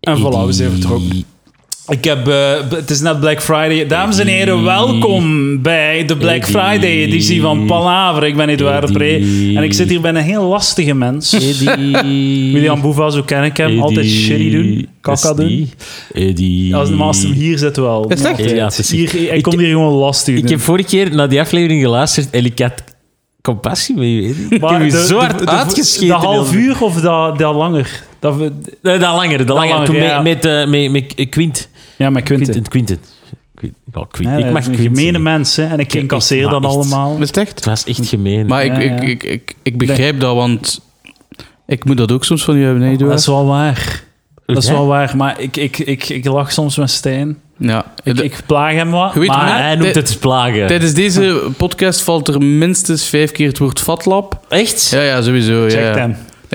En voilà, we zijn vertrokken. Het is net Black Friday. Dames en heren, welkom bij de Black Friday editie van Palaver. Ik ben Edouard Pre en ik zit hier bij een heel lastige mens. William Boeva, zo ken ik hem. Altijd shitty doen, kaka doen. Als hem hier zit wel. Is dat echt? Hij komt hier gewoon lastig doen. Ik heb vorige keer naar die aflevering geluisterd en ik had compassie met je. Ik heb je zo hard uitgescheten. Dat half uur of dat langer? Dat langer. Toen ja. met Quint. Ja, met Quinten. Quint. Ja, ik mag een gemene mensen en ik incasseer dat allemaal. Is het echt? Het was echt gemeen. Maar ik begrijp dat, want ik moet dat ook soms van u hebben. Nee, dat is wel waar. Dat is wel waar, maar ik lach soms met Stijn. Ja. Ik plaag hem wat, maar hij noemt het plagen. Tijdens deze podcast valt er minstens 5 keer het woord vatlap. Echt? Ja, sowieso. Check hem.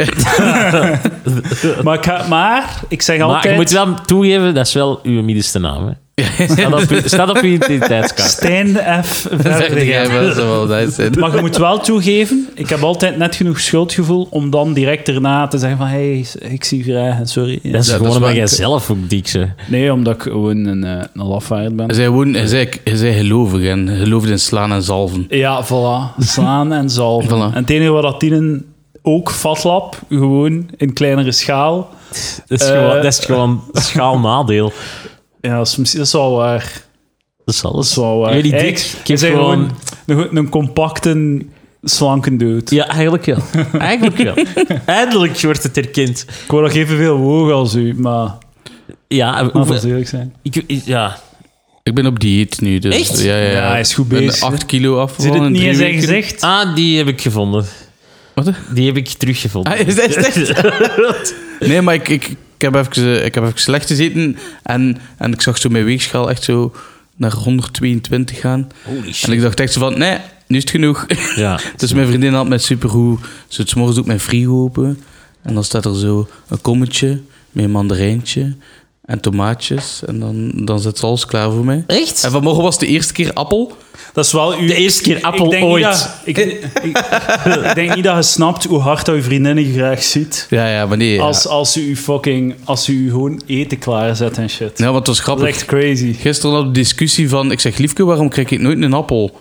maar ik zeg altijd... Maar je moet wel toegeven, dat is wel uw middenste naam. Hè? Staat op uw identiteitskaart. Stijn F. Verdigen. Maar je moet wel toegeven, ik heb altijd net genoeg schuldgevoel om dan direct erna te zeggen van hey, ik zie vrij, sorry. Dat is gewoon omdat jij zelf ook dik bent. Nee, omdat ik gewoon een lafaard ben. Hij zei gelovig en geloofde in slaan en zalven. Ja, voilà. Slaan en zalven. Voilà. En het enige wat dat dienen... Ook vatlap, gewoon in kleinere schaal. Dat is gewoon schaalnadeel. Ja, dat is wel waar. Dat is alles. wel waar. Ik heb gewoon een compacte, slanke dude. Ja, eigenlijk wel. Eindelijk wordt het erkend. Ik wou nog evenveel wogen als u, maar... Ja, dat eerlijk zijn. Ik ben op dieet nu, dus... Echt? Ja, hij is goed bezig. 8 kilo afgevallen. Zit het niet in zijn gezicht? Die heb ik gevonden. Wat? Die heb ik teruggevonden. Is dat echt? Nee, maar ik heb even slecht gezeten en ik zag zo mijn weegschaal echt zo naar 122 gaan. Holy shit. En ik dacht echt zo van, nee, nu is het genoeg. Ja. Dus mijn vriendin had met supergoed, zo 's morgens ook mijn frigo open. En dan staat er zo een kommetje met een mandarijntje en tomaatjes. En dan zit ze alles klaar voor mij. Echt? En vanmorgen was de eerste keer appel. Dat is wel de eerste keer appel ooit. Ik denk niet dat je snapt hoe hard dat je vriendinnen je graag ziet. Ja, maar nee. Als ze u gewoon eten klaarzet en shit. Ja, want het was grappig. Dat is echt crazy. Gisteren hadden we de discussie van... Ik zeg, liefke, waarom krijg ik nooit een appel?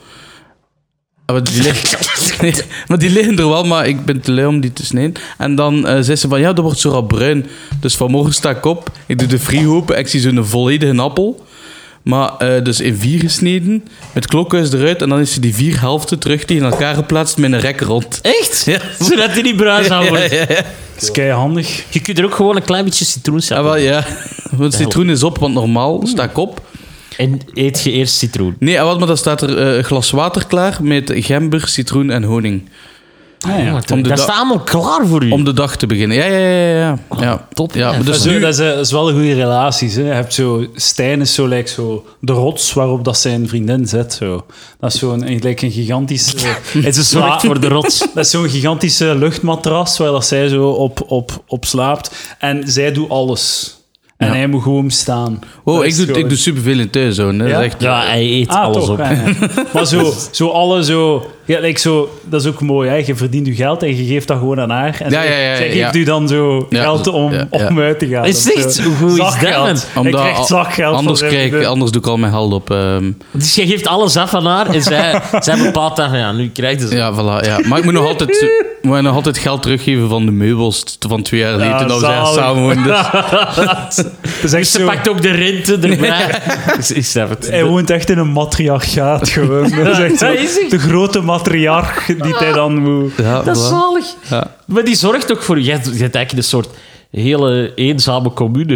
Maar die liggen er wel, maar ik ben te lui om die te snijden. En dan zei ze van, ja, dat wordt zo rap bruin. Dus vanmorgen sta ik op, ik doe de frigo open, ik zie zo'n volledige appel. Maar dus in 4 gesneden, met klokhuis eruit, en dan is ze die 4 helften terug tegen elkaar geplaatst met een rek rond. Echt? Ja. Zodat die niet bruin zou worden. Ja. Dat is keihandig. Je kunt er ook gewoon een klein beetje citroensap in. Ja, want citroen is op, want normaal sta ik op. En eet je eerst citroen? Nee, maar dan staat er een glas water klaar met gember, citroen en honing. Dat staat allemaal klaar voor u. Om de dag te beginnen. Ja. Top. Ja, maar dus dat is wel een goede relaties. Hè. Je hebt zo... Stijn is zo de rots waarop dat zijn vriendin zit. Zo. Dat is zo'n een gigantische... Het is zorgt voor de rots. Dat is zo'n gigantische luchtmatras waar dat zij zo op slaapt. En zij doet alles. En hij moet gewoon staan. Oh, ik doe superveel in thuis. Zo, hè. Ja? Dat is echt... Ja, hij eet alles toch, op. Ja. Maar zo alle zo... Ja, dat is ook mooi, hè. Je verdient je geld en je geeft dat gewoon aan haar. En zij geeft u dan zo geld om uit te gaan. Is echt? Hoe goed is dat? Ik krijg zakgeld. Anders doe ik al mijn geld op... Dus je geeft alles af aan haar en zij bepaalt dat van, ja, nu krijg je ze. Ja, voilà. Ja. Maar ik moet nog altijd geld teruggeven van de meubels van 2 jaar geleden. Dat we zijn samen woonden. Dus ze pakt ook de rente erbij. Ik snap het. Hij woont echt in een matriarchaat gewoon. Dat is echt zo, de grote matriarch die hij dan moet... Ja, dat is zalig. Ja. Maar die zorgt ook voor je. Je hebt eigenlijk een soort hele eenzame commune.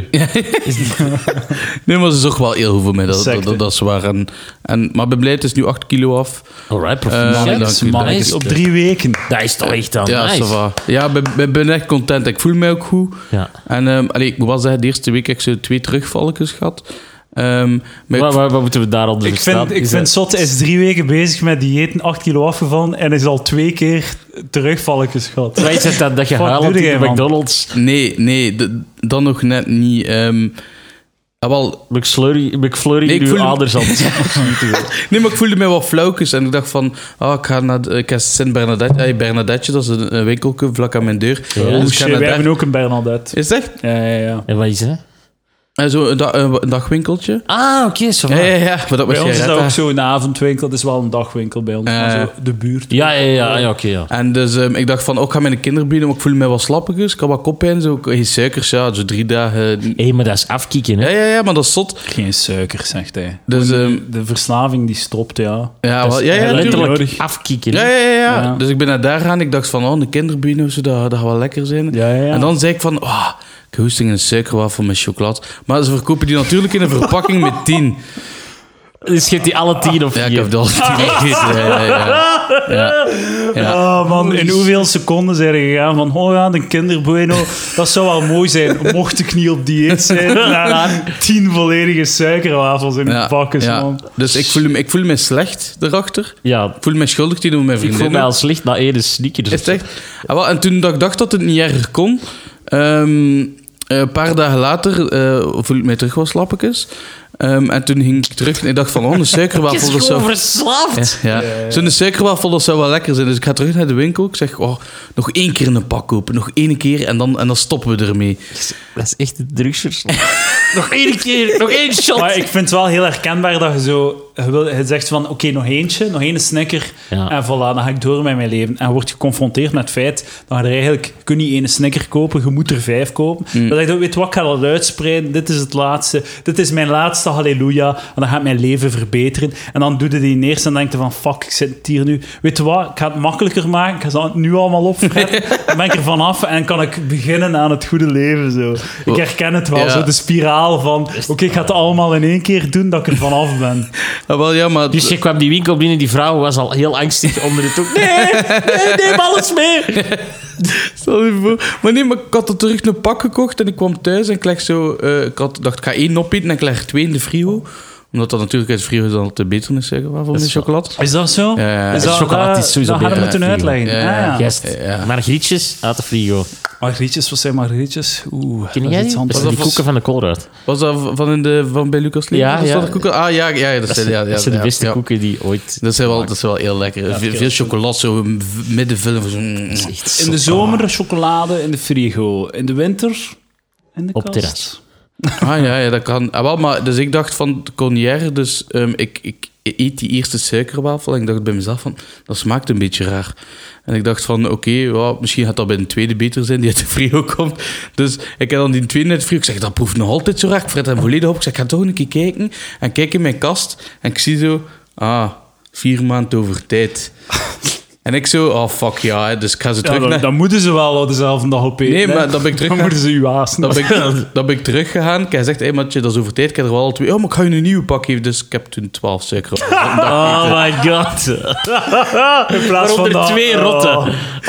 Nee, maar ze zorgt wel heel goed voor mij. Dat is waar. Maar ik ben blij, het is nu 8 kilo af. Alright, proficiat. Op 3 weken. Dat is toch echt aan ja, nice. Ja, ik ben echt content. Ik voel mij ook goed. Ja. En ik moet wel zeggen, de eerste week heb ik zo 2 terugvalletjes gehad. Wat moeten we daar onder staan? Ik vind zot, hij is 3 weken bezig met diëten, 8 kilo afgevallen en is al 2 keer terugvalletjes gehad. Weet je dat je huilt op de McDonald's? Nee, dan nog net niet. McFlurry nu aders aan het Nee, maar ik voelde mij wat flauwkes en ik dacht van, ik heb Saint-Bernadette, dat is een winkelke vlak aan mijn deur. Wij hebben ook een Bernadette. Is het echt? Ja. En wat is dat? Zo een dagwinkeltje. Ah, oké, zo. Ja. Maar dat was Bij ons is jij dat ook red, zo'n avondwinkel. Het is wel een dagwinkel bij ons. Maar zo de buurt. Ja, oké, ja. En dus ik dacht van, ik ga mijn kinderen bieden, maar ik voel me wel slappig. Ik had wat koppijn, zo geen suikers, ja, zo 3 dagen. Hé, maar dat is afkicken, hè? Ja, maar dat is zot. Geen suiker, zegt hij. Dus, de verslaving die stopt, ja. Ja, Dat is tuurlijk. letterlijk nodig. afkicken. Ja. Dus ik ben naar daar gaan. Ik dacht van, een kinderbieden of zo, dat gaat wel lekker zijn. Ja. En dan zei ik van, ik heb hoesting in een suikerwafel met chocolade. Maar ze verkopen die natuurlijk in een verpakking met 10. Dus je hebt die alle 10 of 4? Ja, ik heb dat al 10 gegeten. Ja. Oh man, in hoeveel seconden zijn er gegaan van de kinderbueno, dat zou wel mooi zijn, mocht ik niet op dieet zijn, naar 10 volledige suikerwafels in de pakken, man. Dus ik voel me slecht erachter. Ja. Ik voel me schuldig tegen mijn Ik vriendin. voel mij al slecht na één sneaker. Is het echt? En toen dat ik dacht dat het niet erger kon, een paar dagen later voel ik mij terug wel slappetjes. En toen ging ik terug en ik dacht van, een suikerwafel. Je is gewoon verslaafd. Ja. Zo'n suikerwafel, dat zou wel lekker zijn. Dus ik ga terug naar de winkel. Ik zeg, nog 1 keer een pak kopen. Nog 1 keer en dan stoppen we ermee. Dat is echt een drugsverslaafd. Nog 1 keer, nog 1 shot. Maar ik vind het wel heel herkenbaar dat je zo... Je zegt van, oké, nog eentje, nog 1 snicker. Ja. En voilà, dan ga ik door met mijn leven. En je wordt geconfronteerd met het feit dat je er eigenlijk... Je kunt niet 1 snicker kopen, je moet er 5 kopen. Dan zeg je, weet je wat, ik ga dat uitspreiden. Dit is het laatste. Dit is mijn laatste halleluja. En dan gaat mijn leven verbeteren. En dan doe je die eerst en denk je van, fuck, ik zit hier nu. Weet je wat, ik ga het makkelijker maken. Ik ga het nu allemaal opfretten. Dan ben ik er vanaf en kan ik beginnen aan het goede leven. Zo. Ik herken het wel, zo de spiraal van... Oké, ik ga het allemaal in 1 keer doen, dat ik er vanaf ben. Maar... Dus je kwam die winkel binnen, die vrouw was al heel angstig onder de toek. Nee, neem alles mee. Stel je voor. Maar nee, maar ik had er terug een pak gekocht en ik kwam thuis en ik leg zo... dacht, ik ga 1 opeten en ik leg er 2 in de frigo. Omdat dat natuurlijk uit de frigo is dan altijd beter is, zeggen van de chocolade. Is dat zo? Ja. Is dat, chocolade is sowieso dat hadden we beter moeten uit de frigo. uitleggen. Gest. Margrietjes uit de frigo. Margrietjes, wat zijn margrietjes? Ken dat jij is die? iets Dat anders. zijn die koeken van de Colruyt. Was dat van bij Lucas Lee? Ja, Was ja. dat de koeken? Ah, ja, dat zijn Dat zijn de beste koeken die ooit... Dat is wel heel lekker. Veel chocolade, zo middenvullen. In de zomer chocolade in de frigo. In de winter in de Op kast. terras. Ja, dat kan. Maar, dus ik dacht van Cognaire, dus ik eet die eerste suikerwafel en ik dacht bij mezelf van, dat smaakt een beetje raar. En ik dacht van, oké, misschien gaat dat bij de tweede beter zijn die uit de frigo komt. Dus ik heb dan die tweede uit de frigo. Ik zeg, dat proeft nog altijd zo raar. Ik fret hem volledig op. Ik zeg, ik ga toch een keer kijken. En kijk in mijn kast en ik zie zo, 4 maanden over tijd. En ik zo, fuck ja, hè. Dus ik ga ze terug naar... Dan moeten ze wel dezelfde dag op eten. Nee, maar dan ben ik terug Dan moeten ze u haasten. Dan ben ik teruggegaan. Hij zegt, Matje, dat is over tijd. Ik heb er wel al 2. Maar ik ga je een nieuwe pak geven. Dus ik heb toen 12 suiker op. Oh my god. In plaats van Waaronder 2 rotten.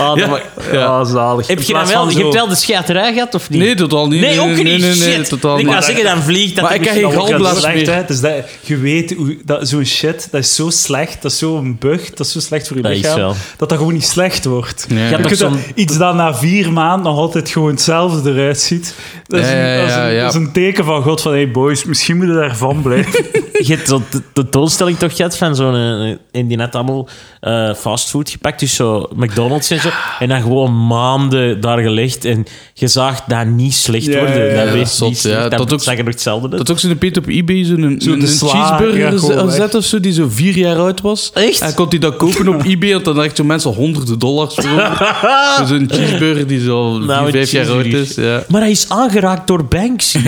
zalig. Heb je dan wel... Je hebt wel de schaterij gehad, of niet? Nee, totaal niet. Nee, ook niet. Nee, Shit. totaal Ik niet. ga zeggen, dan vliegt dat... Maar ik heb geen galblaas meer. Hè? Dus je weet, dat zo'n shit, dat is zo slecht. Dat is zo'n bug. Dat is zo slecht voor je Dat is lichaam. wel. Dat gewoon niet slecht wordt. Ja. Je hebt Je nog kunt zo'n... iets dat na 4 maanden nog altijd gewoon hetzelfde eruit ziet. Dat is, dat is een teken van God van, hey boys, misschien moeten we daarvan blijven. Je hebt zo de tentoonstelling toch gehad van zo'n... En die net allemaal fastfood gepakt, dus zo McDonald's en zo. En dan gewoon maanden daar gelegd. En je zag dat niet slecht worden. Dat weet zot, niet slecht. ja. Dat Dat zag er nog hetzelfde uit. Dat ook zo'n Peter op eBay zo'n de sla, cheeseburger gewoon zet of zo, die zo 4 jaar oud was. Echt? En kon hij dat kopen op eBay, want dan echt zo'n mensen $100 voor. Zo'n cheeseburger die zo 4-5 jaar oud is. Ja. Maar hij is aangeraakt door Banksy.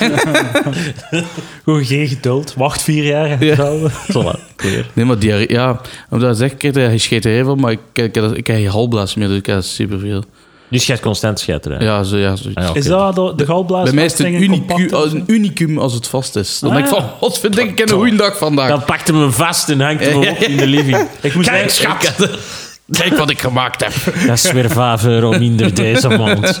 Gewoon geen geduld. Wacht 4 jaar. En Voilà, clear. Nee, maar die, ja, omdat zeg ik, hij scheet er even, maar ik heb geen galblaas meer, dus ik heb superveel. Dus je hebt constant scheiterij. Ja, zo. Ah, ja, oké. Is dat de galblaas? Bij mij is het een unicum als het vast is. Dan denk ik van, wat vind ik een goede dag vandaag. Dan pakt hem vast en hangt hem op in de living. Ik moet Kijk, zeggen, schat. Kijk wat ik gemaakt heb. Dat is weer €5 minder deze maand.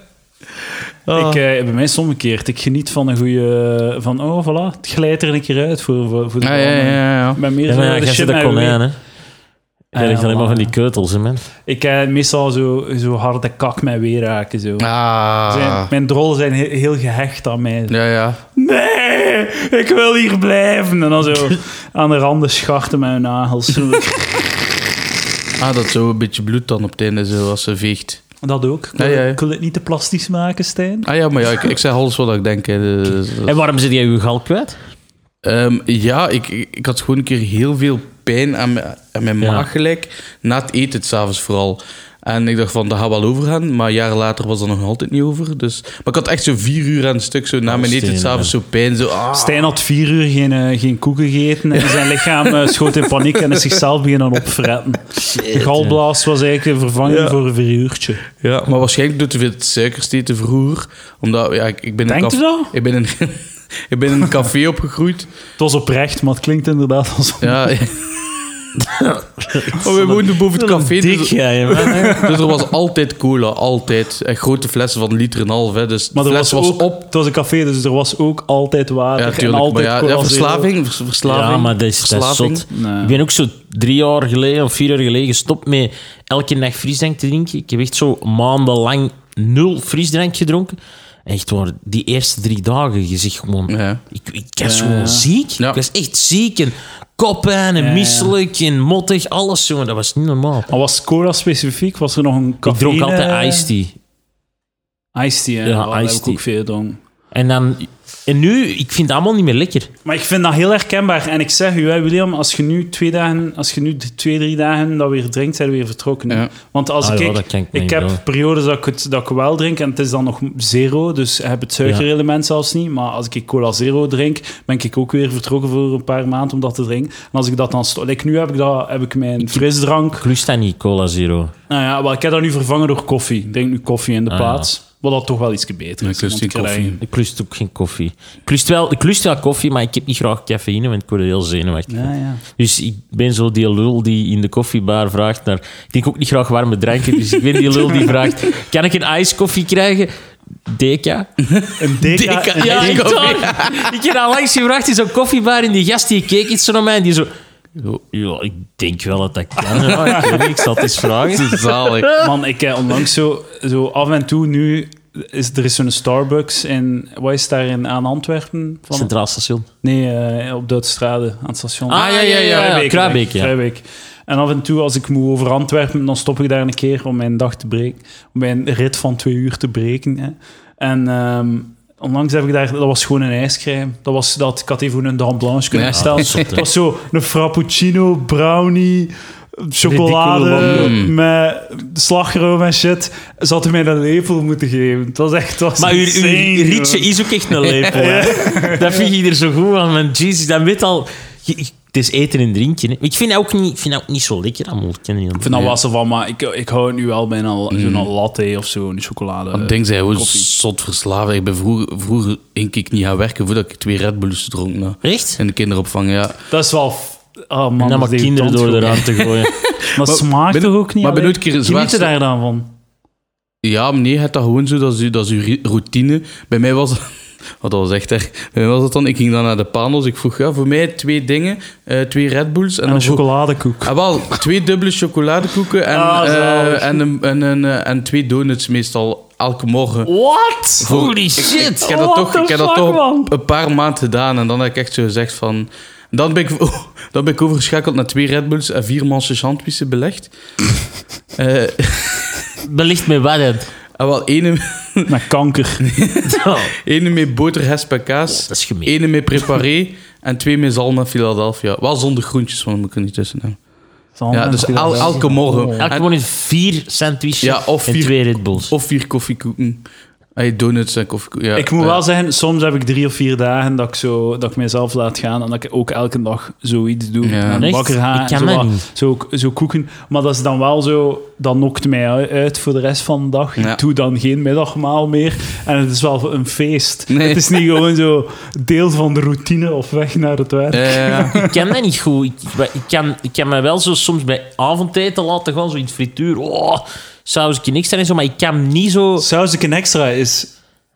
bij mij is het omgekeerd. Ik geniet van een goede... Van, voilà, het glijdt er een keer uit voor de Ja. Ik ben meer Ja, zo maar ja, de jij shit zit dat met konijn, wee. hè. Je ligt alleen maar van die keutels, hè, man. Ik heb meestal zo harde kak met weer raken. Zo. Ah. Mijn drollen zijn heel gehecht aan mij. Ja. Nee, ik wil hier blijven. En dan zo aan de randen scharten met mijn nagels. Zo. Dat zo een beetje bloed dan op het einde, zo, als ze veegt. Dat ook. Ik wil het niet te plastisch maken, Stijn. Ah ja, maar ja, ik zeg alles wat ik denk. Hè. En waarom zit jij je gal kwijt? Ik had gewoon een keer heel veel pijn aan mijn maag gelijk. Na het eten, 's avonds vooral. En ik dacht van, dat gaat wel overgaan. Maar jaren later was dat nog altijd niet over. Dus. Maar ik had echt zo 4 uur aan een stuk, zo na mijn eten, 's avonds zo pijn. Zo, Stijn had 4 uur geen koeken gegeten. En zijn lichaam schoot in paniek en is zichzelf beginnen opfretten. De galblaas was eigenlijk een vervanging voor een 4 uurtje. Ja, maar waarschijnlijk doet te veel suikers eten vroeger. Omdat, ik ben Denkt u dat? Ik ben in een café opgegroeid. Het was oprecht, maar het klinkt inderdaad als... Ja. Maar we woonden boven het café. Dik jij, man. Dus er was altijd cola, altijd. En grote flessen van 1,5 liter. Hè. Dus Maar de er fles was ook, op. Het was een café, dus er was ook altijd water. Ja, en tuurlijk. altijd Maar cola verslaving. Ja, maar dat is zot. Nee. Ik ben ook zo 3 jaar geleden of 4 jaar geleden gestopt met elke dag frisdrank te drinken. Ik heb echt zo maandenlang 0 frisdrank gedronken. Echt waar, die eerste 3 dagen, je zegt gewoon... Ja. Ik was gewoon ziek. Ja. Ik was echt ziek en koppijn en misselijk en mottig. Alles, jongen. Dat was niet normaal. Maar was cola specifiek? Was er nog een café? Ik dronk altijd iced tea. Iced tea, Ja, dat heb iced ik tea. ook veel gedronken. En nu, ik vind het allemaal niet meer lekker. Maar ik vind dat heel herkenbaar. En ik zeg u, hè, William, als je nu 2, 3 dagen dat weer drinkt, zijn we weer vertrokken. Ja. Want als Ah, ja, dat kan ik ik niet heb doen. periodes dat ik wel drink en het is dan nog 0, dus ik heb het suikerelement zelfs niet. Maar als ik cola 0 drink, ben ik ook weer vertrokken voor een paar maanden om dat te drinken. En als ik dat dan... Nu heb ik mijn frisdrank. Ik lust dat niet, Cola Zero. Nou ja, wel, ik heb dat nu vervangen door koffie. Ik drink nu koffie in de plaats. Wat dat toch wel iets beter is. Ik lust want geen krijg- koffie. Ik lust ook geen koffie. Ik lust wel koffie, maar ik heb niet graag cafeïne, want ik word er heel zenuwachtig. Ja. Dus ik ben zo die lul die in de koffiebar vraagt naar... Ik drink ook niet graag warme dranken, dus ik ben die lul die vraagt... Kan ik een ijs koffie krijgen? Deka. Een deka. Ja, echt waar. Ik heb al langs gevraagd in zo'n koffiebar en die gast die keek iets zo naar mij en die zo... Ja, ik denk wel dat dat kan. Ja, ik weet niet, ik zal het eens vragen. Zalig. Man, ik heb onlangs zo af en toe nu... Er is zo'n Starbucks in... Wat is daar aan Antwerpen? Centraal Station. Nee, op Duitsstrade, aan het station. Ah, ja. Kruibeek, ja. Kruibeek. En af en toe, als ik moet over Antwerpen, dan stop ik daar een keer om mijn dag te breken. Om mijn rit van 2 uur te breken. Hè. En onlangs heb ik daar... Dat was gewoon een ijscrème. Ik had even een dame blanche kunnen bestellen. Het was zo een frappuccino, brownie... chocolade met slagroom en shit. Ze hadden mij een lepel moeten geven. Het was echt... Maar uw rietje is ook echt een lepel. Hè? Dat vind je er zo goed aan. Man, Jesus, dat weet al... Het is eten en drinken. Hè. Ik vind dat ook niet zo lekker. Ik vind dat wel zo van, maar ik hou het nu wel bij zo'n latte of zo, een chocolade. Dat ding zijn gewoon koffie. zot verslaafd. Ik ben vroeger ik niet gaan werken voordat ik 2 Red Bulls dronk. Nou, Echt? in de kinderopvang, ja. Dat is wel... Oh man, En dan maar dat is kinderen door irritant eraan te gooien. Maar smaakt ben- toch ook niet? maar ben alleen? ooit een keer een Geniet je zwaarste- daar dan van? Ja, maar nee, het dat gewoon zo, dat is uw routine. Bij mij was wat dat was echt erg. Bij mij was het dan, ik ging dan naar de panos. Ik vroeg, voor mij 2 dingen. 2 Red Bulls. En een chocoladekoek. Wel, 2 dubbele chocoladekoeken en 2 donuts meestal elke morgen. What? Holy shit. Ik heb dat toch een paar maanden gedaan. En dan heb ik echt zo gezegd van... Dan ben ik overgeschakeld naar 2 Red Bulls en 4 manche sandwiches belegd. Belicht met wat het. Wel, ene Met kanker. met boter, hesp en kaas. Dat is gemeen. Ene met preparé en 2 met zalm en Philadelphia. Wel zonder groentjes, want moet ik er niet tussen hebben. Ja, dus elke morgen. Elke morgen 4 sandwiches Ja, of en 4 2 Red Bulls. Of 4 koffiekoeken. Donuts en koffiekoeken. Ja, Ik moet wel zeggen, soms heb ik 3 of 4 dagen dat ik mezelf laat gaan en dat ik ook elke dag zoiets doe. Ja. Naar de Echt? bakker gaan Ik en kan zo, dat wat- niet. zo koeken. Maar dat is dan wel zo... Dat nokt mij uit voor de rest van de dag. Ja. Ik doe dan geen middagmaal meer. En het is wel een feest. Nee. Het is niet gewoon zo deel van de routine of weg naar het werk. Ik kan dat niet goed. Ik kan me wel zo soms bij avondeten laten gaan, zo in het frituur. Oh, sausje extra en zo, maar ik kan niet zo... Sausje extra is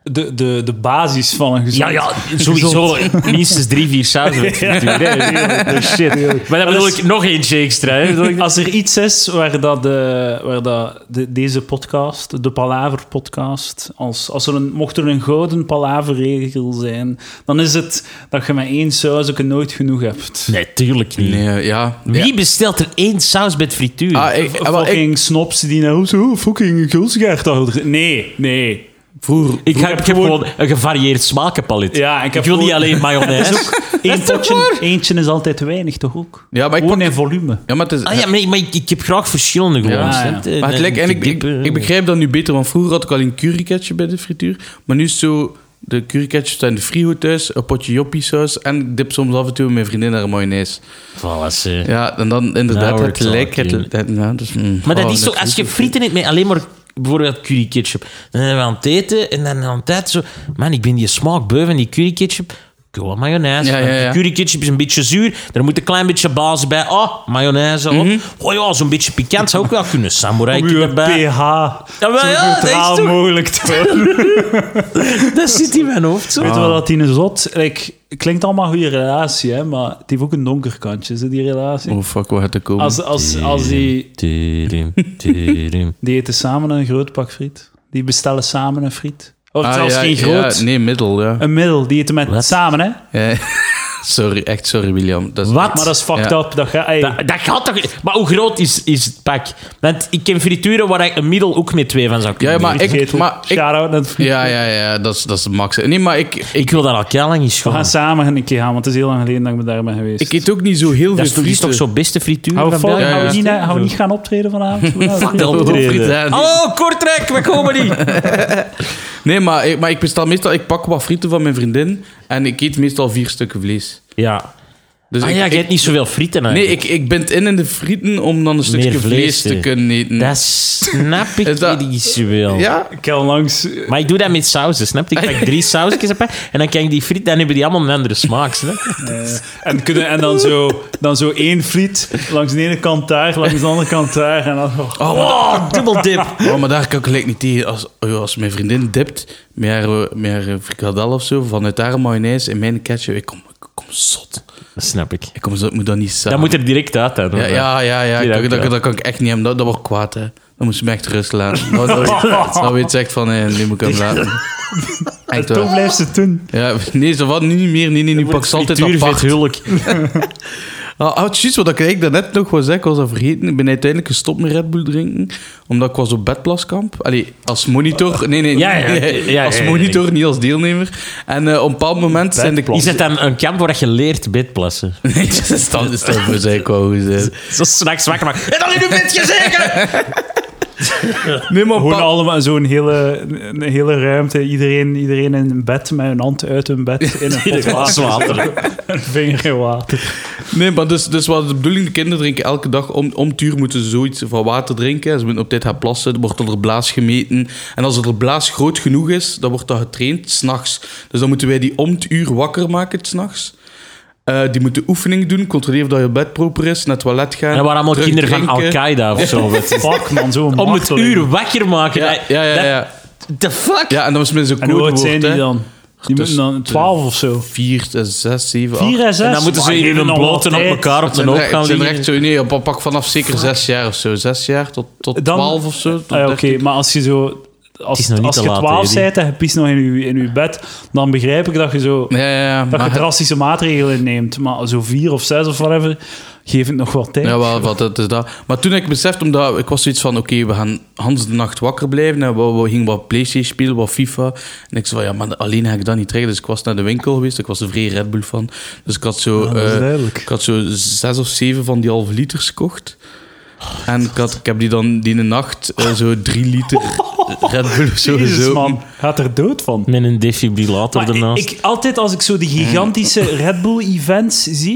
de basis van een gezond... Ja, sowieso minstens 3-4 sausen met frituur. Hè. Shit. Maar dan bedoel ik nog eentje extra. Hè. Als er iets is waar deze podcast, de Palaver-podcast, mocht er een gouden Palaver-regel zijn, dan is het dat je met 1 saus ook nooit genoeg hebt. Nee, tuurlijk niet. Nee, ja. Wie bestelt er 1 saus met frituur? Fucking snobs die nou zo fucking gulsgaard achter. Nee. Vroeger, ik heb gewoon een gevarieerd smakenpalet. Ja, ik wil niet alleen mayonaise. Eentje is altijd te weinig, toch ook? Ja, maar gewoon in volume. Ja, maar het is... maar ik heb graag verschillende gewoon. Ja. Maar het lijkt, en ik begrijp dat nu beter, want vroeger had ik al een curry ketchup bij de frituur, maar nu is zo... De curry ketchup staat in de frigo thuis, een potje joppiesaus en ik dip soms af en toe met mijn vriendin naar mayonaise. Voilà, ja, en dan inderdaad het lijkt... Maar dat is toch... Als je frieten eet met alleen maar... Bijvoorbeeld curry ketchup. Dan zijn we aan het eten en dan aan het tijd zo... Man, ik ben die smaak beu van die curry ketchup. Gewoon mayonaise. Ja. Curry ketchup is een beetje zuur. Er moet een klein beetje basis bij. Mayonaise. Oh ja, zo'n beetje pikant zou ook wel kunnen. Samurai erbij. pH. Ja, neutraal dat mogelijk te houden. Dat zit in mijn hoofd zo. Weet je wel dat die een zot... Klinkt allemaal een goede relatie, hè, maar het heeft ook een donker kantje, zo, die relatie. Oh fuck, wat gaat er komen? Als die eten samen een groot pak friet. Die bestellen samen een friet. Of zelfs geen groot. Ja, nee, middel, ja. Een middel, die eten samen, hè? Ja. Sorry William. Dat is Wat? Maar dat is fucked up. Dat gaat toch... Maar hoe groot is het pak? Want ik ken frituren waar ik een middel ook met 2 van zou kunnen. Ja, dat is de max. Nee, maar ik wil dat al heel lang eens We gaan samen een keer gaan, want het is heel lang geleden dat ik daar ben geweest. Ik eet ook niet zo heel veel frieten. Dat is toch zo'n beste frituur van België? Gaan we niet gaan optreden vanavond? Oh, Kortrijk, we komen niet. Nee, maar ik bestel meestal... Ik pak wat frieten van mijn vriendin en ik eet meestal 4 stukken vlees. Ja. Dus je eet niet zoveel frieten eigenlijk. Nee, ik bind in de frieten om dan een stukje vlees te kunnen eten. Dat snap ik niet zoveel. Ja? Ik kan langs... Maar ik doe dat met sausen, snap je? Ik pak 3 sausjes op en dan kan ik die frieten, dan hebben die allemaal een andere smaak, snap je? En dan zo 1 friet langs de ene kant daar, langs de andere kant daar. En dan... dubbel dip. Oh, maar daar kan ik gelijk niet tegen. Als mijn vriendin dipt met haar frikadel of zo, vanuit haar mayonaise in mijn ketchup, ik kom zot. Dat snap ik. Ik moet dat niet samen. Dat moet er direct uit. Hè, ja. Dat kan ik echt niet hebben. Dat wordt kwaad, hè. Dan moet je me echt rust laten. Dan weet ze echt van, nee, moet ik hem laten. En toch blijft ze doen. Ja, nee, zo wat niet meer. Nee, nu pak ze altijd apart. Huwelijk. Juist wat ik eigenlijk daarnet nog wou zeggen, ik was dat vergeten. Ik ben uiteindelijk gestopt met Red Bull drinken, omdat ik was op bedplaskamp. Allee, als monitor. Nee. Als monitor, niet als deelnemer. En op een bepaald moment zijn de... Is het dan een kamp waar je leert bedplassen? Nee, dat is voor zij ik wel goed zijn. Zo s'nachts wakker maken. En dan in uw bed gezeten! Nee, maar gewoon allemaal zo'n hele ruimte. Iedereen in een bed met een hand uit hun bed in een pot water. Een vinger in water. Nee, maar dus wat de bedoeling, de kinderen drinken elke dag om het uur moeten ze zoiets van water drinken. Ze moeten op tijd gaan plassen, er wordt er blaas gemeten. En als er blaas groot genoeg is, dan wordt dat getraind, 's nachts. Dus dan moeten wij die om het uur wakker maken, 's nachts. Die moeten oefening doen, controleren dat je bed proper is, naar het toilet gaan. En waar allemaal kinderen van Al-Qaeda of zo. Fuck man, zo om het uur wakker maken. Ja. The fuck? Ja, en dan is met zo'n codewoord. En hoe oud zijn die dan? Die moeten dan 12 of zo. 4, 6, 7, 8. 4 en 6. En dan moeten ze in hun bloten op elkaar op de hoop gaan liggen. Echt zo, nee, op pak vanaf zeker 6 jaar of zo. 6 jaar tot 12 of zo. Oké, maar als je zo... Als je 12 bent en je piest nog in je bed, dan begrijp ik dat je zo dat je drastische maatregelen neemt. Maar zo 4 of 6 of whatever, geef het nog wel tijd. Ja, wel, dat is dat. Maar toen ik besefte, omdat ik was zoiets van, oké, we gaan Hans de nacht wakker blijven. En we gingen wat PlayStation spelen, wat FIFA. En ik zei van, ja, maar alleen ga ik dat niet trekken. Dus ik was naar de winkel geweest. Ik was een vrij Red Bull fan. Dus ik had zo 6 of 7 van die halve liters gekocht. En ik heb die dan die nacht zo 3 liter Red Bull of zo gezopen. Man, gaat er dood van. Met een defibrillator ernaast. Altijd als ik zo die gigantische Red Bull events zie,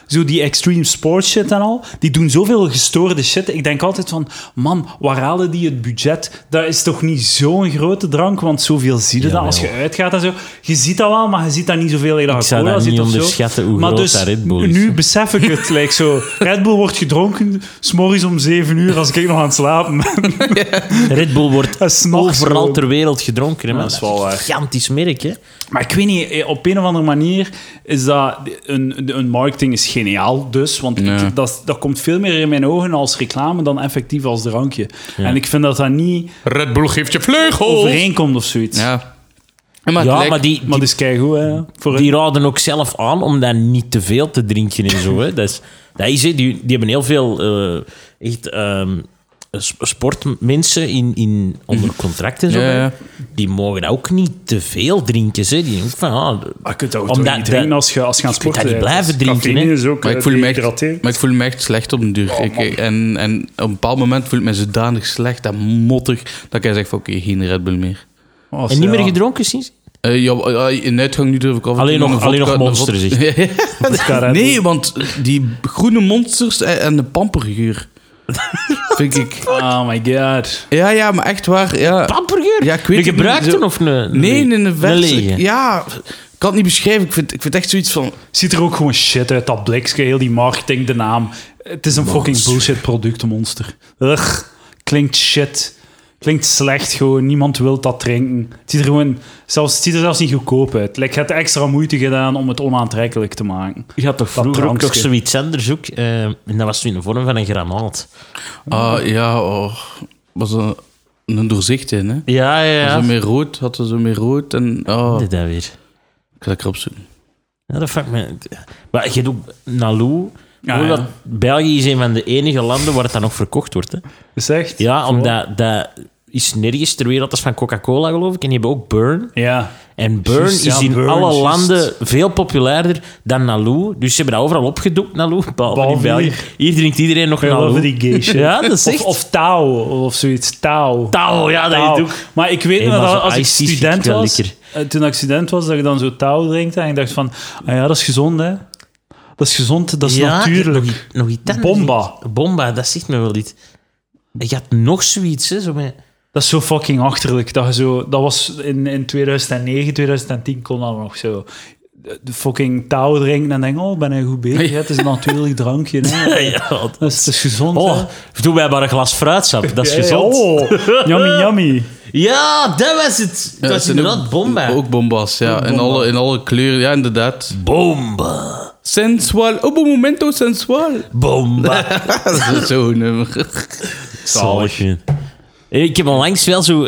zo die extreme sports shit en al, die doen zoveel gestoorde shit. Ik denk altijd van, man, waar halen die het budget? Dat is toch niet zo'n grote drank, want zoveel zie je dat als je uitgaat en zo. Je ziet dat wel, maar je ziet dat niet zoveel. Ik zou dat niet onderschatten hoe maar groot dus, dat Red Bull is. nu besef ik het. Like zo, Red Bull wordt gedronken 's morgens om 7 uur als ik nog aan het slapen ben. Red Bull wordt En 's nachts overal gewoon. ter wereld gedronken. Hè, man. Dat is wel waar. een gigantisch merk, hè. Maar ik weet niet, op een of andere manier is dat... Een marketing is geniaal dus, want Ja. dat komt veel meer in mijn ogen als reclame dan effectief als drankje. En ik vind dat dat niet Red Bull geeft je vleugels. overeenkomt of zoiets. Ja. Maar, Ja, gelijk- maar die Maar dat is keigoed, hè. Voor die raden ook zelf aan om dat niet te veel te drinken en zo. Hè. Dat is, hè. Die hebben heel veel echt sportmensen onder contract en zo. Ja, ja. Die mogen ook niet te veel drinken. Hè. Die denken van, Maar je kunt dat ook Omdat toch niet drinken als je gaat sporten. dat niet blijven Dus drinken, cafeïne hè. is ook Maar ik voel me echt echt... slecht op den duur. En op een bepaald moment voel ik me zodanig slecht en mottig dat ik zeg van oké, geen Red Bull meer. en niet meer gedronken sinds? In uitgang nu durf ik af en Alleen toe nog- een alleen nog vodka- Monster, een zeg. Nee, want die groene monsters en de pampergeur vind ik... Oh my god. Ja, maar echt waar. Ja, Pampergeur? Ja, ik weet Een het niet, gebruikte zo- of een... nee, in een verse. lege? Ja, ik kan het niet beschrijven. Ik vind echt zoiets van... Ziet er ook gewoon shit uit, dat blikje, heel die marketing, de naam. Het is een fucking bullshit product, een Monster. Ugh, klinkt shit. Klinkt slecht gewoon, niemand wil dat drinken. Het ziet er zelfs niet goedkoop uit. Like, je hebt extra moeite gedaan om het onaantrekkelijk te maken. Je had toch Dat vroeger ook nog drankje. zoiets anders ook. En dat was in de vorm van een granaat. Was een doorzichtige, hè? Ja. Zo meer rood, had ze zo meer rood en... Oh, Dit dat weer. ik ga lekker opzoeken. Ja, dat fuck me. Maar je doet Naloo. Ja, ja. België is een van de enige landen waar het dan nog verkocht wordt. Hè. Is echt? Ja, Zo. omdat dat is nergens ter wereld. Dat is van Coca-Cola, geloof ik. En die hebben ook Burn. Ja. En Burn Juist, is ja, in Burn, alle juist. landen veel populairder dan Naloo. Dus ze hebben dat overal opgedoekt, Naloo. Behalve in Behalve België. hier. Hier drinkt iedereen nog I love Naloo. die gay shit. Ja, dat is echt... Of Tao, of zoiets. Tao. Tao, ja, dat is ook... Maar ik weet Hey, nog maar dat zo'n als ik iced tea student vind ik wel was, lekker. toen ik student was, dat ik dan zo Tao drinkte en ik dacht van, ah ja, dat is gezond, hè. Dat is gezond, dat is natuurlijk. Nog iets anders. Bomba. Bomba, dat zegt me wel iets. Je had nog zoiets, hè. Zo met... Dat is zo fucking achterlijk. Dat was in 2009, 2010 kon dat nog zo. De fucking Tao drinken en denken, oh, ben ik goed bezig. Het is een natuurlijk drankje. Hè. Ja, Dat is gezond, Oh, hè. doe wij maar een glas fruitsap. Dat is Ja, ja, gezond. oh, yummy, yummy. Ja, dat was het. Dat was zijn inderdaad bomba. Ook bombas, ja. In alle kleuren, ja, inderdaad. Bomba. Sensual. Op een momento sensual. Bomba. Dat is zo'n nummer. Zalig. Ik heb onlangs wel zo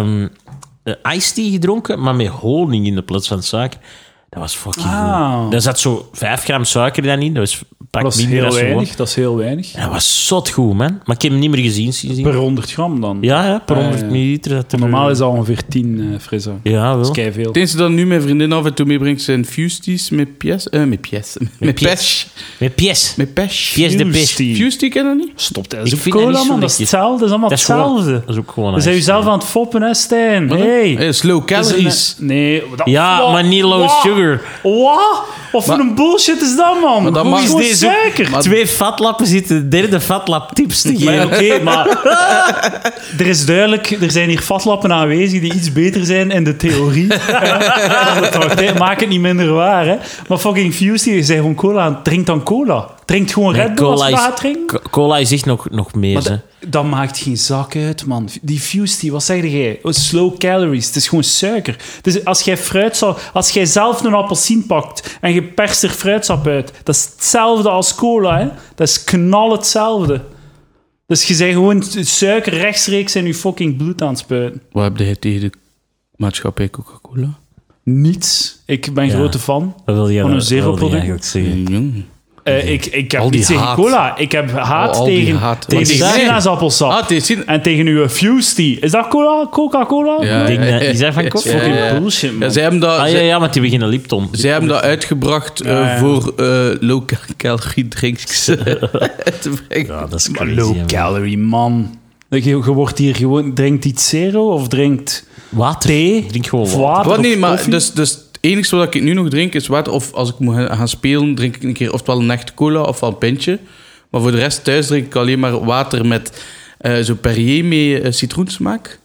iced tea gedronken, maar met honing in de plaats van suiker. Dat was fucking Ah. goed. Daar zat zo 5 gram suiker dan in. Dat was pak Dat is minder heel als gewoon. weinig. Dat is heel weinig. Dat was zot goed, man. Maar ik heb hem niet meer gezien sindsdien. Per 100 gram dan. Ja, per 100 ja. milliliter. Dat er- Normaal is dat ongeveer 10 frisser. Ja, Dat is wel. keiveel. Het enige dat nu mijn vriendin af en toe meebrengt zijn Fusties met pies. Met pesh. Met pies. Met pesh. Pies de pest. Fusty. Fusty ken je dat niet? Stop, dat Ik is ook vind dat cola, niet zo man. Dat is lekker. hetzelfde. Dat is allemaal Dat is gewoon- hetzelfde. Dat is ook gewoon Dan zijn je iced zelf aan het foppen, hè, Stijn? Hey. Slow calories. Nee. Ja, maar niet low sugar. Wat? Wat voor een bullshit is dat, man? Maar dat Hoe mag is deze deze ook- suiker? Maar- 2 vatlappen zitten de derde vatlap tips te Maar geven. oké, maar er is duidelijk, er zijn hier vatlappen aanwezig die iets beter zijn in de theorie. Dan de praktijk. Maak het niet minder waar, hè. Maar fucking Fusty, je zei gewoon cola, drink dan cola. Drink gewoon Red Bull als je dat gaat drinken. Cola is echt nog meer. Maar hè. dat maakt geen zak uit, man. Die Fusty, wat zeg jij? Oh, slow calories, het is gewoon suiker. Dus als jij zelf een appelsien pakt en je perst er fruitsap uit, dat is hetzelfde als cola, hè. Dat is knal hetzelfde. Dus je bent gewoon suiker rechtstreeks in je fucking bloed aan het spuiten. Wat heb jij tegen de maatschappij Coca-Cola? Niets. Ik ben Ja. grote fan. Wat wil je Van een wat wil je zero-product? eigenlijk zeggen? Jong. Ik heb Al die niets tegen haat. cola. Ik heb haat Al die tegen haat. Wat is dat? sinaasappelsap. Ah, het is zin. En tegen uw Fusty. Is dat Coca-Cola? Ja, Ik denk dat- is dat van koffie? Fucking Ja. bullshit, man. Ja, zij hebben dat, Ah ja, ja, maar die beginnen Lipton. zij hebben dat uitgebracht Ja. voor low-calorie drinks te brengen. Ja, dat is Maar crazy. low hè, man. calorie, man. Je wordt hier gewoon... Drinkt iets zero of drinkt Water. thee? Drink gewoon Of water. water Wat of nee, maar koffie? dus enige wat ik nu nog drink is water. Of als ik moet gaan spelen, drink ik een keer oftewel een echte cola ofwel een pintje. Maar voor de rest thuis drink ik alleen maar water met zo Perrier met citroensmaak.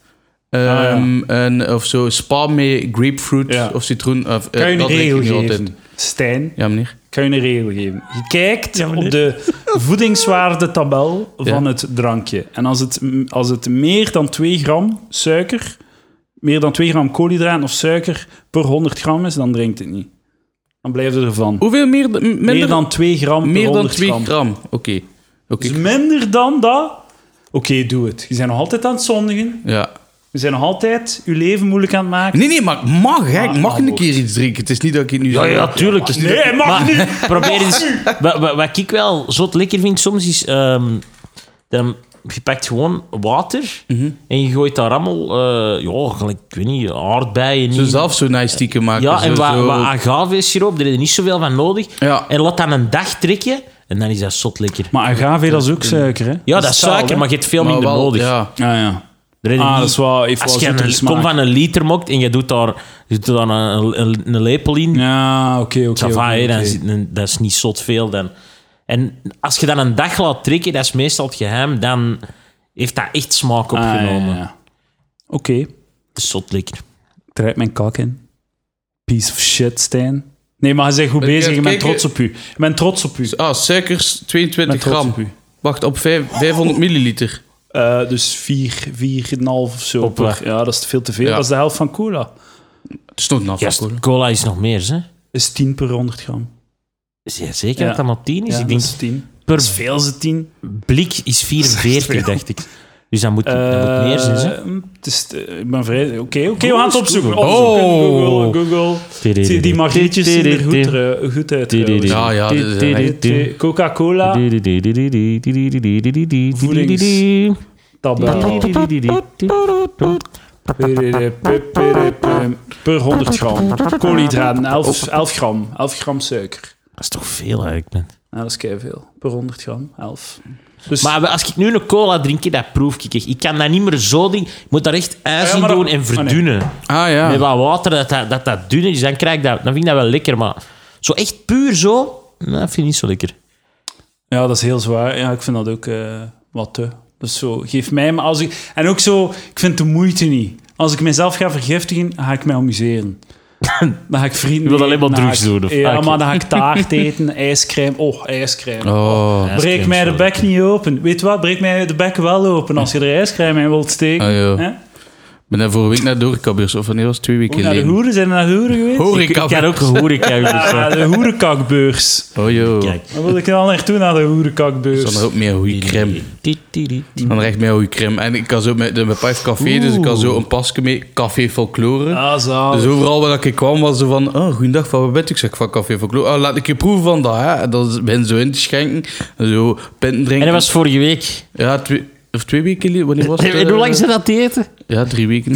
Of zo Spa met grapefruit of citroen. Kan je een regel geven? Altijd. Stijn, Ja, meneer. kan je een regel geven? Je kijkt op de voedingswaardetabel van het drankje. En als het meer dan 2 gram suiker, meer dan 2 gram koolhydraten of suiker per 100 gram is, dan drinkt het niet. Dan blijf je ervan. Hoeveel minder? Meer dan 2 gram per meer 100 dan 2 gram. gram. Oké. Dus minder dan dat? Oké, doe het. Je bent nog altijd aan het zondigen. Ja. We zijn nog altijd je leven moeilijk aan het maken. Nee, maar ik mag, hè. Ik mag een mocht. keer iets drinken. Het is niet dat ik het nu Ja, tuurlijk. Het is niet Nee, hij mag niet. Probeer eens... Wat ik wel zot lekker vind soms is... dan, je pakt gewoon water en je gooit daar allemaal... gelijk, ik weet niet, aardbeien Zo in. zelf zo'n nice stiekem maken. Ja, en zo, wat agave-siroop, daar heb je niet zoveel van nodig. Ja. En laat dan een dag trekken en dan is dat zot lekker. Maar agave, dat is ook suiker, hè? Ja, dat is taal, suiker, hè? maar je hebt veel Maar minder wel, nodig. Ja. Ah, ja. Daar heb je niet- Dat is wel... Heeft Als wel je zoetere een smaak. kom van een liter mokt en je doet daar een lepel in, Ja, oké. ça va, hè, dat is niet zot veel. Dan. En als je dan een dag laat trekken, dat is meestal het geheim, dan heeft dat echt smaak opgenomen. Ja. Oké. Het is zot lekker. Ik draai mijn kak in. Piece of shit, Stijn. Nee, maar je bent goed bezig. Ik ben kijken. trots op u. Ik ben trots op u. Suikers, 22 Ik ben trots gram. op u. Wacht, op 500 milliliter. Dus 4,5 of zo. Op wat? Ja, dat is veel te veel. Ja. Dat is de helft van cola. Het is nog een Ja, afval. cola is nog meer, hè? Is 10 per 100 gram. Is jij zeker Ja. dat dat maar 10 is? Ja, Ik denk, dat is 10. per Dat is veel, ze 10. blik is 44, dacht ik. Dus dat moet meer zijn, hè? Het is, ik ben vrij... Oké, we gaan het opzoeken. Oh. Google. Zie, die margrietjes zien er goed uit. trouwens. Ja, dat is echt... Coca-Cola, tabel. Per 100 gram. Koolhydraten, 11 gram. 11 gram suiker. Dat is toch veel, eigenlijk, man. Ja, dat is keiveel. Per 100 gram, 11. Dus, Maar als ik nu een cola drink, dat proef ik echt. Ik kan dat niet meer zo ding. Ik moet daar echt ijs in maar dat- doen en verdunnen. Ah, ja. Met wat water, dat dun is, dan krijg ik dat. Dan vind ik dat wel lekker, maar zo echt puur zo, dat vind ik niet zo lekker. ja, dat is heel zwaar. Ja, ik vind dat ook wat te. Dus zo, geef mij... Maar als ik, en ook zo, ik vind de moeite niet. Als ik mezelf ga vergiftigen, ga ik mij amuseren. Dan ga ik vrienden... Je wilt alleen maar dan ga drugs ik- doen, of? Ja, Ah, oké. maar dan ga ik taart eten, ijscrème. Oh, ijscrème. Oh. Breek mij de bek niet open. Weet je wat? Breek mij de bek wel open als je er ijscrème in wilt steken. Ah, ja. Hè? Ik ben daar vorige week naar de horecabeurs, of wanneer was het? 2 weken Hoe, naar de geleden. hoeren? Zijn er naar de hoeren geweest? Ik had ook een horeca. Ja, de hoerenkakbeurs. Oh, joh. Kijk. Dan wil ik dan naartoe naar de hoerenkakbeurs. Dan ook meer goede crème. Dan echt meer goede crème. En ik kan zo met pa heeft café, dus ik kan zo een pasje mee. Café Folklore. Ah, zo. Dus overal waar ik kwam was zo van... Oh, goeiedag, van waar bent u? Ik zeg van Café Folklore. Oh, laat ik je proeven van dat, hè. En dan ben je zo in te schenken. En zo pinten drinken. En dat was vorige week. Ja, 2 weken geleden. Wanneer was het? En hoe lang zijn dat te eten? Ja, 3 weken.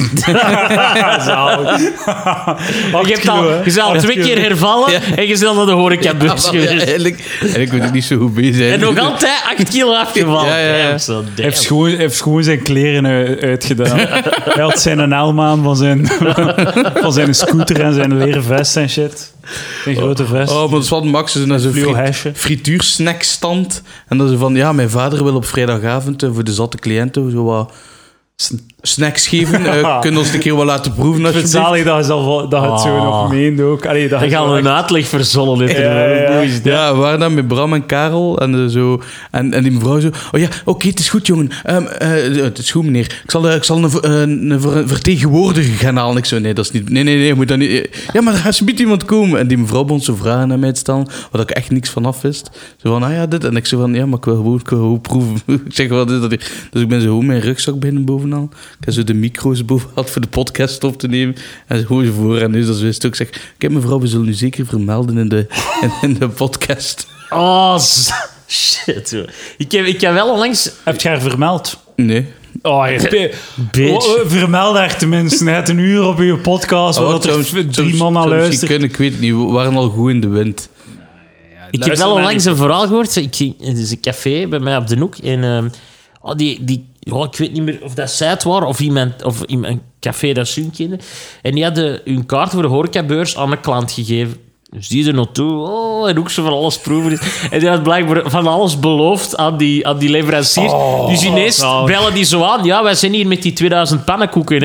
Je zal 2 keer hervallen en je zal naar de horecabeurs geweest. Eigenlijk moet ik niet zo goed bezig zijn. En nog altijd 8 kilo afgevallen. Ja. Damn, so damn. Hij heeft gewoon zijn kleren uitgedaan. Hij had zijn helm aan van zijn scooter en zijn leren vest en shit. Een grote vest. Oh, maar dat is wat Max is naar zo'n Fluo hesje. frituursnackstand. En dan zo van, ja, mijn vader wil op vrijdagavond voor de zatte cliënten zo wat snacks geven. Kunnen ons een keer wel laten proeven. Ik vind het zalig dat je het zo nog meent ook. Allee, dat Dan je gaan we zo een echt- uitleg verzollen. Ja. Ja, we waren dan met Bram en Karel en zo. En die mevrouw zo... Oh ja, oké, het is goed, jongen. Het is goed, meneer. Ik zal een vertegenwoordiger gaan halen. Ik zo, nee, dat is niet... Nee, moet dat niet... Ja, maar er gaat zometeen iemand komen. En die mevrouw begon zo vragen aan mij te stellen, waar ik echt niks van af wist. Zo van, ah ja, dit. En ik zo van, ja, maar ik wil gewoon proeven. Ik zeg, wat is dat? Dus ik ben zo gewoon mijn rugzak binnen bovenal. Ik heb zo de micro's boven gehad voor de podcast op te nemen. En zo gewoon zo voor en dus dat ze wist ook. Ik zeg, kijk mevrouw, we zullen u zeker vermelden in de podcast. Oh, shit. Joh. Ik heb wel onlangs... Heb je haar vermeld? Nee. Oh, Bitch. vermeld haar tenminste. Net een uur op je podcast, waar er 3 man naar luisteren. Ik weet het niet, we waren al goed in de wind. Ik heb luister wel naar onlangs die- een verhaal gehoord. Het is een café bij mij op de hoek. En die Ja, ik weet niet meer of dat zij het waren of iemand in een café dat ze hun kenden. En die hadden hun kaart voor de horecabeurs aan een klant gegeven. Dus die er naartoe, en ook zo van alles proeven. En die had blijkbaar van alles beloofd aan die leverancier. Dus ineens bellen die zo aan. Ja, wij zijn hier met die 2000 pannenkoeken, hè.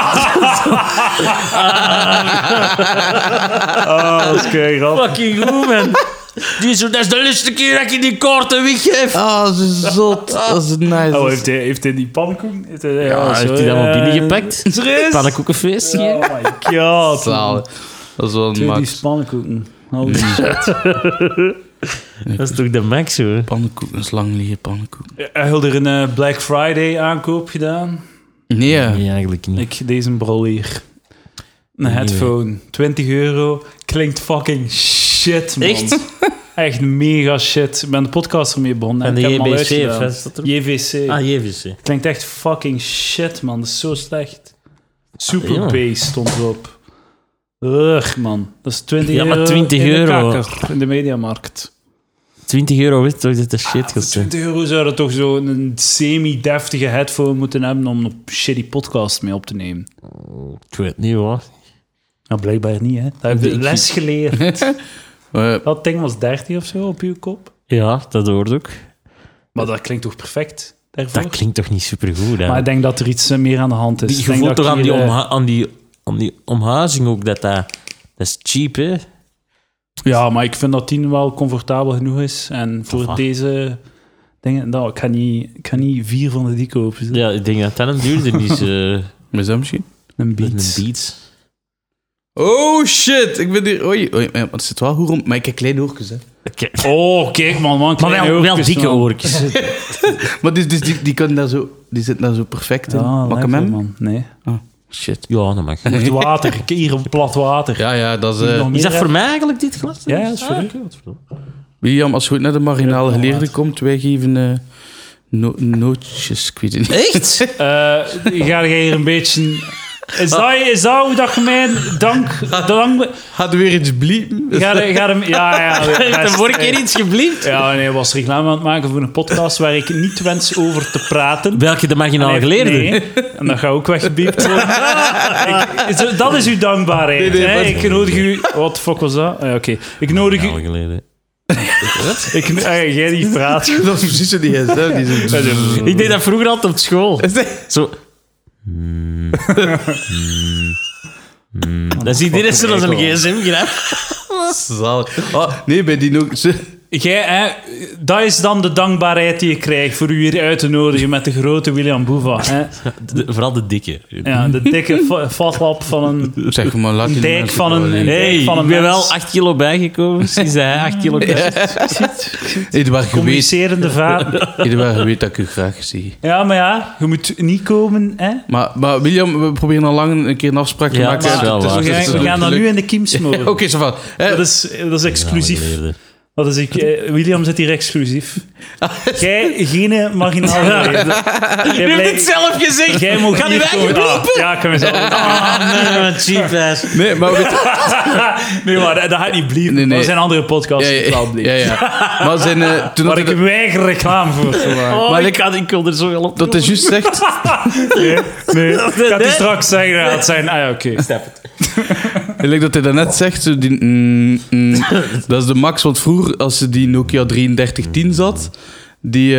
Dat is grappig. Fucking goed, man. Die zo, dat is de laatste keer dat ik die kaarten weggeef. Dat is zot. Dat is nice. Heeft hij die pannenkoeken? Heeft hij Heeft hij dat wel binnengepakt? Serieus? Pannenkoekenfeest. Oh my god. Zalig. Dat is wel een Die max. pannenkoeken. Holy shit. Dat is toch de max, hoor. Pannenkoeken, lang liggen pannenkoeken. Heb je er een Black Friday aankoop gedaan? Nee, Nee, eigenlijk niet. Deze brol hier. Een headphone. €20. Klinkt fucking shit, man. Echt? Echt mega shit. Ik ben de podcast ermee begonnen. En ik de heb hem al JVC, uitgedaan. of is dat er? JVC. Ah, JVC. Klinkt echt fucking shit, man. Dat is zo slecht. Super Ja. bass stond erop. Ugh, man. Dat is €20 Ja, maar €20 in de kakker, in de Mediamarkt. €20, weet je, dat is shit Voor kost. €20 zou je toch zo een semi-deftige headphone moeten hebben om een shitty podcast mee op te nemen. Ik weet niet, hoor. Nou, blijkbaar niet, hè. Dat heb je les geleerd. Dat ding was 30 of zo op uw kop. Ja, dat hoort ook. Maar dat klinkt toch perfect daarvoor? Dat klinkt toch niet supergoed, hè? Maar ik denk dat er iets meer aan de hand is. Je Ik denk voelt dat toch ik hier, aan die omhuizing ook dat is cheap, hè? Ja, maar ik vind dat 10 wel comfortabel genoeg is. En voor Toch, deze dingen... Nou, ik ga niet 4 van die kopen. Zo. Ja, ik denk dat dat een duurder is. Is dat misschien? Een Met Beats. een Beats. Oh shit, ik ben hier... Oei, maar het zit wel goed rond. Maar ik heb kleine oortjes, hè. Okay. Oh, kijk man. Maar kleine wel oortjes, dikke man. oortjes. Maar die kunnen daar zo... Die zitten daar zo perfect in. Ja, Mag ik hem lekker, hebben? man. Nee. Shit. Ja, dat mag. Echt water. Hier een plat water. Ja, dat is... Nog Is dat meer, voor hè? mij eigenlijk, dit glas? Ja, dat is voor u. oké, wat voor u. William, als je goed naar de marginale Ja, geleerde water. komt, wij geven nootjes. Ik weet het niet. Echt? Ga jij hier een beetje... Is dat hoe dat je mijn dank... Gaat er weer iets bliepen? Ga hem... Ja. Heeft de best, vorige keer iets gebliept? Ja, nee, ik was reclame aan het maken voor een podcast waar ik niet wens over te praten. Welke de marginale Nee, geleerde? nee. En dat gaat ook weggebiept worden. Dat is uw dankbaarheid. Nee, hè? maar- Ik nodig u... Wat de fuck was dat? Oké. Ik nodig u... Geleden. Jij die praat. Dat is precies zo die gsm. Die zo... Ik deed dat vroeger altijd op school. Zo. Dan zie je dit zo als een gsm graf. Zalig. Oh, nee, bij die ook... Jij, hè, dat is dan de dankbaarheid die je krijgt voor u hier uit te nodigen met de grote William Boeva. Hè? Vooral de dikke. Ja, de dikke vatlap van een Zeg maar, laat die dijk mensen van een... wel een in. Hey, dijk van een ik ben mens. wel 8 kilo bijgekomen sinds hij 8 kilo kwijt. Eduard, je weet, Communicerende vader. Eduard, je weet dat ik u graag zie. Ja, maar ja, je moet niet komen, hè. Maar William, we proberen al lang een keer een afspraak te Ja, maken. dat is wel waar. We gaan dat nu in de kiem smoren. Oké, zo van. Dat is exclusief. Dat is William zit hier exclusief. Jij, geen marginaal geleden. Je hebt het zelf gezegd. Jij mag Ga niet nu komen. weglopen. Ja, kan we zo. Nee, cheap ass. Nee, maar weet Nee, maar dat gaat niet blijven. Nee. Er zijn andere podcasts die het wel ja, blijven. ja. Maar zijn, toen Waar dat ik weiger reclame voor te maken. Oh, Maar ik wil er zo wel op. dat is juist zegt... Nee, ik ga het u straks zeggen. Dat het zijn... Ah ja, oké. Like dat hij daarnet zegt, zo die, dat is de max. Want vroeger, als ze die Nokia 3310 zat, die...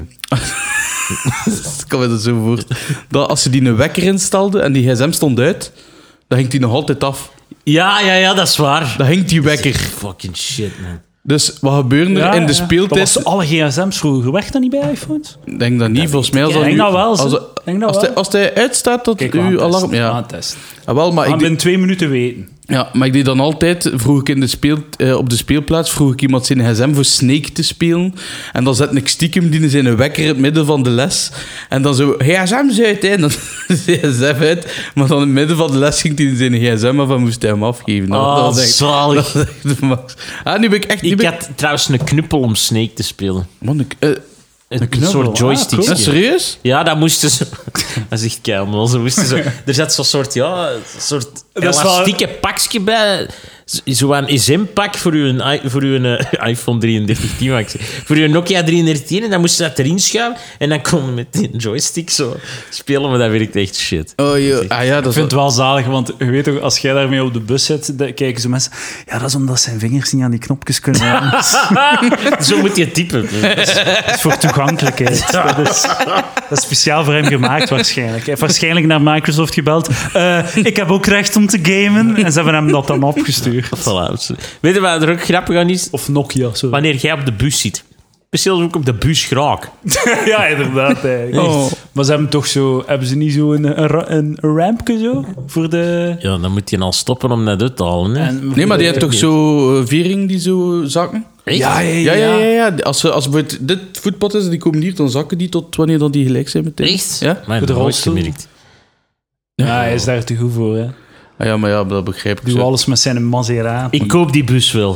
ik kan me dat zo voor. Dat als ze die een wekker instelde en die gsm stond uit, dan ging die nog altijd af. Ja, dat is waar. Dan ging die wekker. Fucking shit, man. Dus wat gebeurde er in de speeltijd? Dat was alle gsm's vroeger. Werkt dat niet bij iPhones? Ik denk dat niet, volgens mij. Als Ik denk dat wel, als, zo. Denk dat wel. als hij uitstaat tot Kijk, we gaan uw testen. alarm... We Ja. gaan testen. Ah, wel, maar We gaan ik binnen 2 minuten weten. Ja, maar ik deed dan altijd, vroeg ik in op de speelplaats, vroeg ik iemand zijn gsm voor Snake te spelen. En dan zette ik stiekem die in zijn wekker in het midden van de les. En dan zo, gsm's uit, hè. En dan gsm uit. Maar dan in het midden van de les ging hij zijn gsm af en moest hij hem afgeven. Dat was echt, zalig. dat was echt de max. Ah, nu ben ik echt... Ik had trouwens een knuppel om Snake te spelen. Man, Een knuppel, soort joystick. cool. serieus? Ja, dat moesten ze... Dat is echt keil, ze moesten zo... Er zat zo'n soort, ja... Een soort Dat is wel- elastieke pakje bij. zo een SM-pak voor uw iPhone 3310, wat ik zeg. Voor uw Nokia 3310 en dan moest je dat erin schuiven en dan kon je met die joystick zo spelen, maar dat werkt echt shit. Oh, ja. Ah, ja, dat Ik is vind het wel zalig, want je weet toch, als jij daarmee op de bus zit, kijken ze mensen... Ja, dat is omdat zijn vingers niet aan die knopjes kunnen hebben. Zo moet je typen. Dat is voor toegankelijkheid. Dat is speciaal voor hem gemaakt, waarschijnlijk. Hij heeft waarschijnlijk naar Microsoft gebeld. Ik heb ook recht om te gamen. En ze hebben hem dat dan opgestuurd. Voilà. Weet je wat er ook grappig aan is? Of Nokia, zo. Wanneer jij op de bus zit. Speciaal ook op de bus graag. Ja, inderdaad. Eigenlijk. Oh. Maar ze hebben toch zo... Hebben ze niet zo een rampje zo? Voor de... Ja, dan moet je al stoppen om dat uit te halen. Hè? Nee, maar die heeft toch zo viering die zo zakken? Echt? Ja. Als bijvoorbeeld dit voetpad is en die komen hier, dan zakken die tot wanneer dan die gelijk zijn meteen. Echt? Ja? Maar Voor de nooit rolstoel. gemerkt. Ja, hij is daar te goed voor, hè. Ah, ja, maar ja, dat begrijp ik Doe zo. alles met zijn Maserati. Ik koop die bus wel.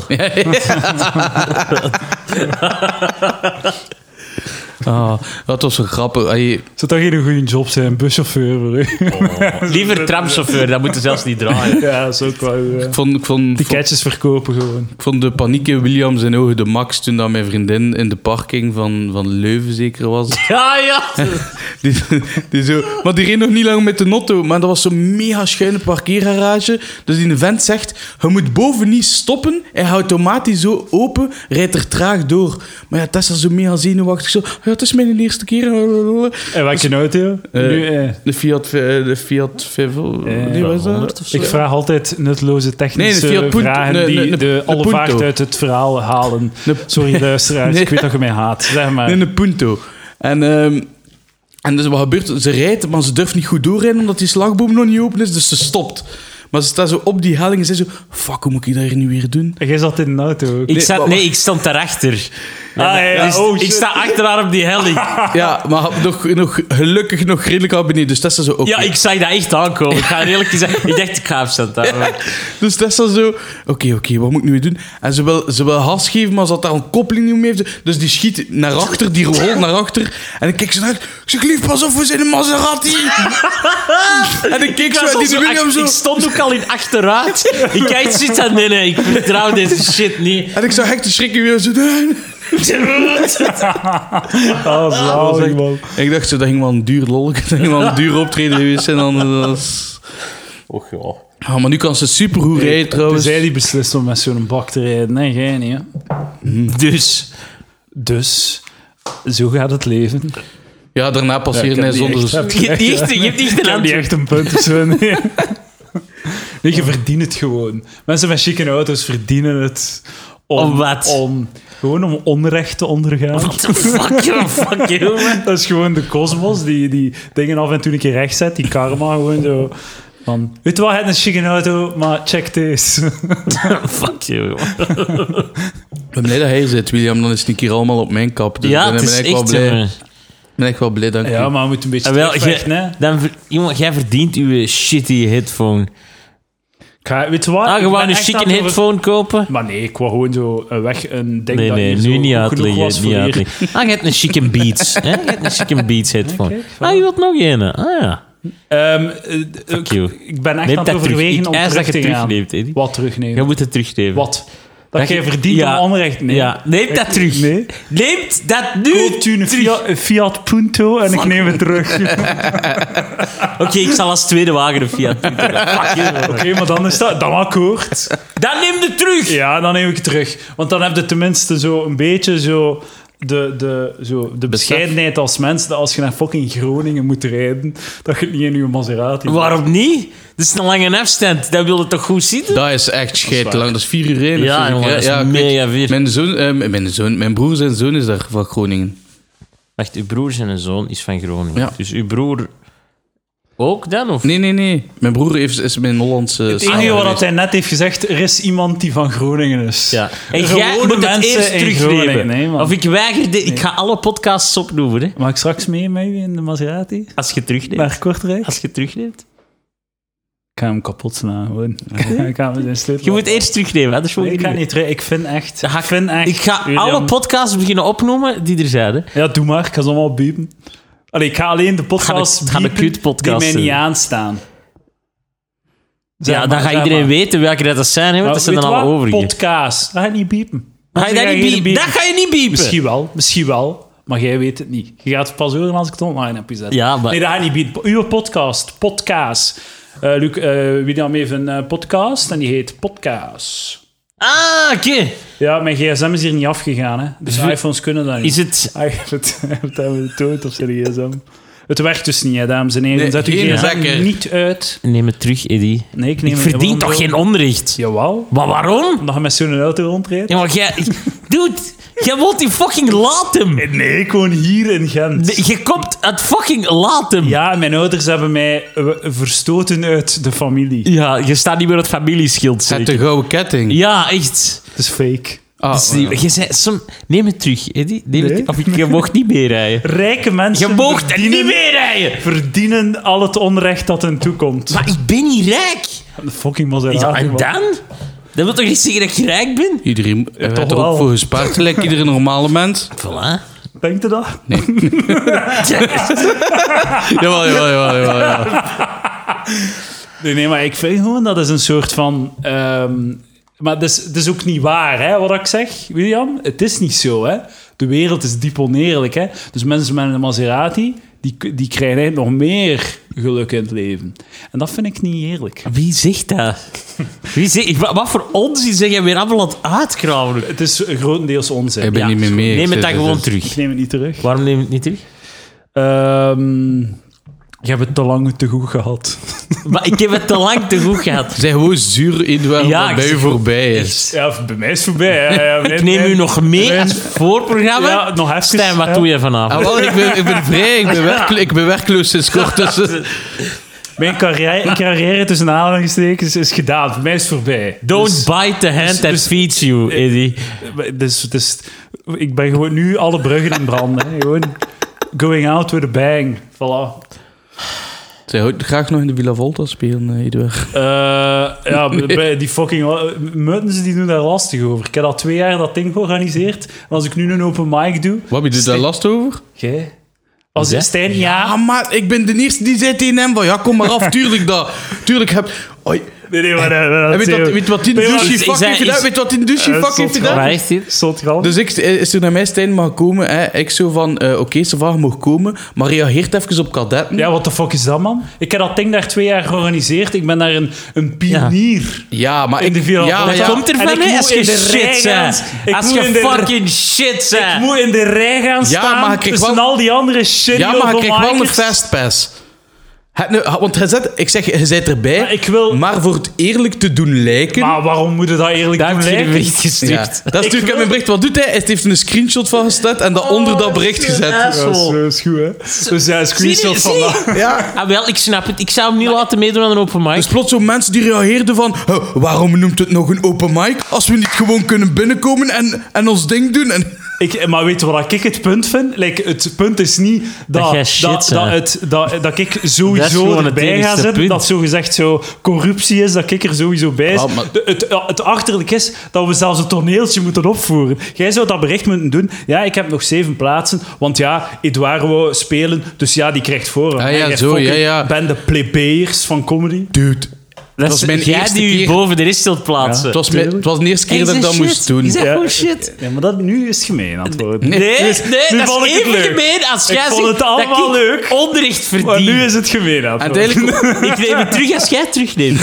Ah, dat was zo grappig. Zou dat geen goede job zijn? Buschauffeur voor u? Liever tramchauffeur, dat moet je zelfs niet draaien. Ja, dat is ook wel... ik vond Ticketjes verkopen gewoon. Ik vond de paniek in William zijn ogen de max toen dat mijn vriendin in de parking van Leuven zeker was. Ja. Die zo, maar die reed nog niet lang met de auto, maar dat was zo'n mega schuine parkeergarage. Dus die vent zegt, je moet boven niet stoppen, hij gaat automatisch zo open, rijdt er traag door. Maar ja, Tessa zo mega zenuwachtig, zo, ja, het is mijn eerste keer. En welke auto? De Fiat 5, nee, wat is dat? Ik vraag altijd nutteloze technische Nee, de Fiat Punto. vragen die de alle Punto. vaart uit het verhaal halen. Sorry, luisteraars, ik weet dat je mij haat. Zeg maar. Nee, een Punto. En dus wat gebeurt? Ze rijdt, maar ze durft niet goed doorrijden omdat die slagboom nog niet open is, dus ze stopt. Maar ze staat zo op die helling en ze zo... Fuck, hoe moet ik dat hier nu weer doen? En jij zat in de auto ook. Ik stond daarachter. ja. Dus Oh, ik shit. sta achteraan op die helling. Ja, maar gelukkig nog redelijk al beneden. Dus Tessa zo... Ja, ik zag dat echt aankomen. Ik ga eerlijk zeggen, ik dacht, ik ga afstand houden. Dus Tessa zo... Oké, wat moet ik nu weer doen? En ze wil gas geven, maar ze had daar een koppeling niet mee. Dus die schiet naar achter, die rolt naar achter. En ik kijk zo naar... Ik zeg, lief, pas op, we zijn een Maserati. En ik keek zo en die William zo... Ik stond ook al in achteruit. Ik kijk zoiets aan, nee, ik vertrouw deze shit niet. En ik zag echt de schrikken weer zo... Zalig, man. Ik dacht, dat ging wel een duur lol. Dat ging wel een duur optreden geweest. En dan... Och ja. Ah, maar nu kan ze supergoed rijden, trouwens. Zij die beslist om met zo'n bak te rijden. Nee, jij niet, hè. Dus, zo gaat het leven. Ja, daarna passeerde hij zonder... Je hebt niet echt Ik heb een niet echt een punt of zo, nee. Nee, je verdient het gewoon. Mensen met chique auto's verdienen het Om wat? Gewoon om onrecht te ondergaan. Fuck you, man. Dat is gewoon de kosmos die dingen af en toe een keer recht zet. Die karma gewoon zo... Van, weet je wat, het is een chique auto, maar check deze. Fuck you, man. Ik ben blij dat hij zit, William. Dan is het een keer allemaal op mijn kap. Dus Ja, ik het ben is echt wel echt... blij. Ik ben echt wel blij, dank Ja, je. maar we moeten een beetje Wel, terugvechten, hè. jongen, jij verdient uw shitty headphone. Weet je wat? Ik Gewoon ben een echt chique aan het over- headphone kopen? Maar nee, ik wou gewoon zo een ding dat Nee, hier nu zo niet goed genoeg was uitleggen. voor Niet hier. uitleggen. Je hebt een chique Beats. Hè? Je hebt een chique Beats headphone. Kijk, voilà. Je wilt nog een. Ja. You. Ik ben echt Neem aan dat het terug. overwegen Ik om eis terug dat je te gaan. terugneemt, Eddie. Wat terugnemen? Je moet het teruggeven. Wat? Dat jij verdient Ja. om onrecht... Nee. Ja, neem dat terug. Nee. Neemt dat nu Koopt u een Fiat Punto en ik neem het terug. Oké, ik zal als tweede wagen een Fiat Punto. Fuck you, man. Oké, maar dan is dat... Dan akkoord. Dan neem het terug. Ja, dan neem ik het terug. Want dan heb je tenminste zo een beetje zo... De bescheidenheid als mens, dat als je naar fucking Groningen moet rijden, dat je het niet in je Maserati doet. Waarom niet? Dat is een lange afstand. Dat wil je toch goed zien? Dat is echt scheidlang. Dat is 4 uur rijden. Ja, jongen, dat is ik weet- mega ver. Mijn broer zijn zoon is daar van Groningen. Wacht, uw broer zijn zoon is van Groningen. Ja. Dus uw broer ook dan? Of? Nee. Mijn broer is mijn Hollandse... Het enige wat hij net heeft gezegd, er is iemand die van Groningen is. Ja. En Gewone jij moet het mensen eerst in terugnemen. Groningen, nee, man. Of ik weiger... Ik ga alle podcasts opnoemen, hè. Mag ik straks mee met u in de Maserati? Als je terugneemt. Naar Kortrijk? Als je terugneemt. Ik ga hem kapot slaan, gewoon. Ik ga hem zijn sleutel... Je moet eerst terugnemen, anders Nee, word ik je ga niet niet terug. Ik vind echt... meer. Ik ga William- alle podcasts beginnen opnoemen die er zijn, hè. Ja, doe maar. Ik ga ze allemaal biepen. Allee, ik ga alleen de podcasts Het gaat een biepen cute podcast die mij niet zijn. aanstaan. Ja, dan gaat iedereen weten welke dat zijn, hè, want dat zijn dan al overige. Podcast. Dat ga je niet piepen. Ga je dat niet biepen? Dat ga je niet biepen. Misschien wel. Maar jij weet het niet. Je gaat het pas horen als ik het online heb gezet. Ja, maar... Nee, dat ga je niet biepen. Uw podcast. Luc, wie nam even een podcast en die heet Podcast. Ah, oké. Ja, mijn gsm is hier niet afgegaan, hè. Dus iPhones kunnen dat niet. Is het... Hij heeft het dood of zijn gsm. Het werkt dus niet, hè, dames en heren. Nee, Zet uw geen gsm wekker. niet uit. Neem het terug, Eddie. Nee, Ik verdien toch geen onderricht? Jawel. Maar waarom? Omdat je met zo'n auto rondrijdt. Ja, maar jij... Dude, jij woont in fucking Latem. Nee, ik woon hier in Gent. Je komt uit fucking Latem. Ja, mijn ouders hebben mij verstoten uit de familie. Ja, je staat niet meer op het familieschild, Zet de zeker. gouden ketting. Ja, echt. Het is fake. Ah, Dus je zei, neem het terug, Eddie. Neem Nee. het, of je mocht niet meer rijden. Rijke mensen Je mocht niet meer rijden. verdienen al het onrecht dat hen toekomt. Maar ik ben niet rijk. De fucking Maserati. Ja, en man. dan? Dat wil toch niet zeggen dat ik rijk ben? Iedereen heeft toch er wel. ook voor gespaard, gelijk iedere normale mens. Voilà. Denkt u dat? Jawel. Nee, maar ik vind gewoon dat is een soort van... maar het is ook niet waar, hè, wat ik zeg, William. Het is niet zo, hè. De wereld is diep oneerlijk, hè. Dus mensen met een Maserati, die krijgen eigenlijk nog meer geluk in het leven. En dat vind ik niet eerlijk. Wie zegt dat? Wat voor onzin zeg jij weer allemaal aan het uitkramen? Het is grotendeels onzin. Ik ben niet meer mee. Neem het dan gewoon Ik terug. neem het niet terug. Waarom neem je het niet terug? Je hebt het te lang te goed gehad. Maar ik heb het te lang te goed gehad. Zij gewoon zuur, Eduard, Ja, dat bij ik- u voorbij is. Ja, bij mij is het voorbij. Hè. Ja, Ik neem u nog mee als voorprogramma. Ja, nog even. Stijn, wat Ja. doe je vanavond? Ah, wel, ik ben vrij, ik ben werkloos sinds kort. Dus, Mijn carrière tussen aanhalingstekens is gedaan. Voor mij is het voorbij. Don't bite the hand that dus- feeds you, Eddie. Dus ik ben gewoon nu alle bruggen in branden. Hè. Gewoon going out with a bang. Voilà. zij houdt graag nog in de Villa Volta spelen, Eduard. Ja, bij die fucking... Muttens die doen daar lastig over. Ik heb al 2 jaar dat ding georganiseerd. En als ik nu een open mic doe... Wat, wie doet daar last over? Jij? Als Ja? Stijn, Ja, ja... maar ik ben de eerste die zei tegen hem van, ja, kom maar af, tuurlijk heb... Oei. Nee, maar... En weet wat die douche fuck heeft gedaan? Weet wat die douche fuck heeft gedaan? Waar is dit? Zotgraf. Dus is er naar mij, Stijn, mag komen. Hè? Ik zo van, oké, ze vragen mag komen. Maar reageert even op kadetten. Ja, what the fuck is dat, man? Ik heb dat ding daar 2 jaar georganiseerd. Ik ben daar een pionier Ja, maar in de Villa ja, Volta. Dat komt En ervan, ik hè, moet als je in de rij shit gaan. bent. Ik Als moet je in de- fucking shit Ik bent. moet in de rij gaan Ja, staan maar je krijgt tussen wel- al die andere shitty ja, maar ik krijg wel een openmakers. fastpass. Want ik zeg, je bent erbij. Maar ik wil- Maar voor het eerlijk te doen lijken... Maar waarom moet je dat eerlijk Daar doen heb je een lijken? bericht gestuurd. Ja, dat stuur ik hem een bericht. Wat doet hij? Hij heeft een screenshot van gezet en dat onder dat bericht gezet. Ja, is goed, hè? Dus ja, een screenshot van dat. Ja. Ah, wel, ik snap het. Ik zou hem niet laten meedoen aan een open mic. Dus plots zo mensen die reageerden van... waarom noemt het nog een open mic als we niet gewoon kunnen binnenkomen en ons ding doen? En... Maar weet je wat ik het punt vind? Like, het punt is niet Dat jij shit bent. dat ik Dat is sowieso gewoon het erbij ga enigste zitten. punt. Dat zogezegd zo corruptie is, dat ik er sowieso bij is. Ja, maar- Het achterlijk is dat we zelfs een toneeltje moeten opvoeren. Jij zou dat bericht moeten doen. Ja, ik heb nog 7 plaatsen, want ja, Edouard wou spelen, dus ja, die krijgt voor. Ah, ja, Jij zo, fucking ja. Ben de plebeiers van comedy. Dude, Dat is mijn jij eerste die u keer- boven de rest wilt plaatsen. het was de eerste keer dat ik dat moest doen. Is dat Ja, gewoon shit? Ja, maar nu is het gemeen aan het worden. Nee, Nu dat vond is ik het even leuk. gemeen als Ik jij vond zegt het allemaal dat ik leuk. onderricht verdien. Maar nu is het gemeen aan het En worden. eigenlijk... Ik neem het terug als jij het terugneemt.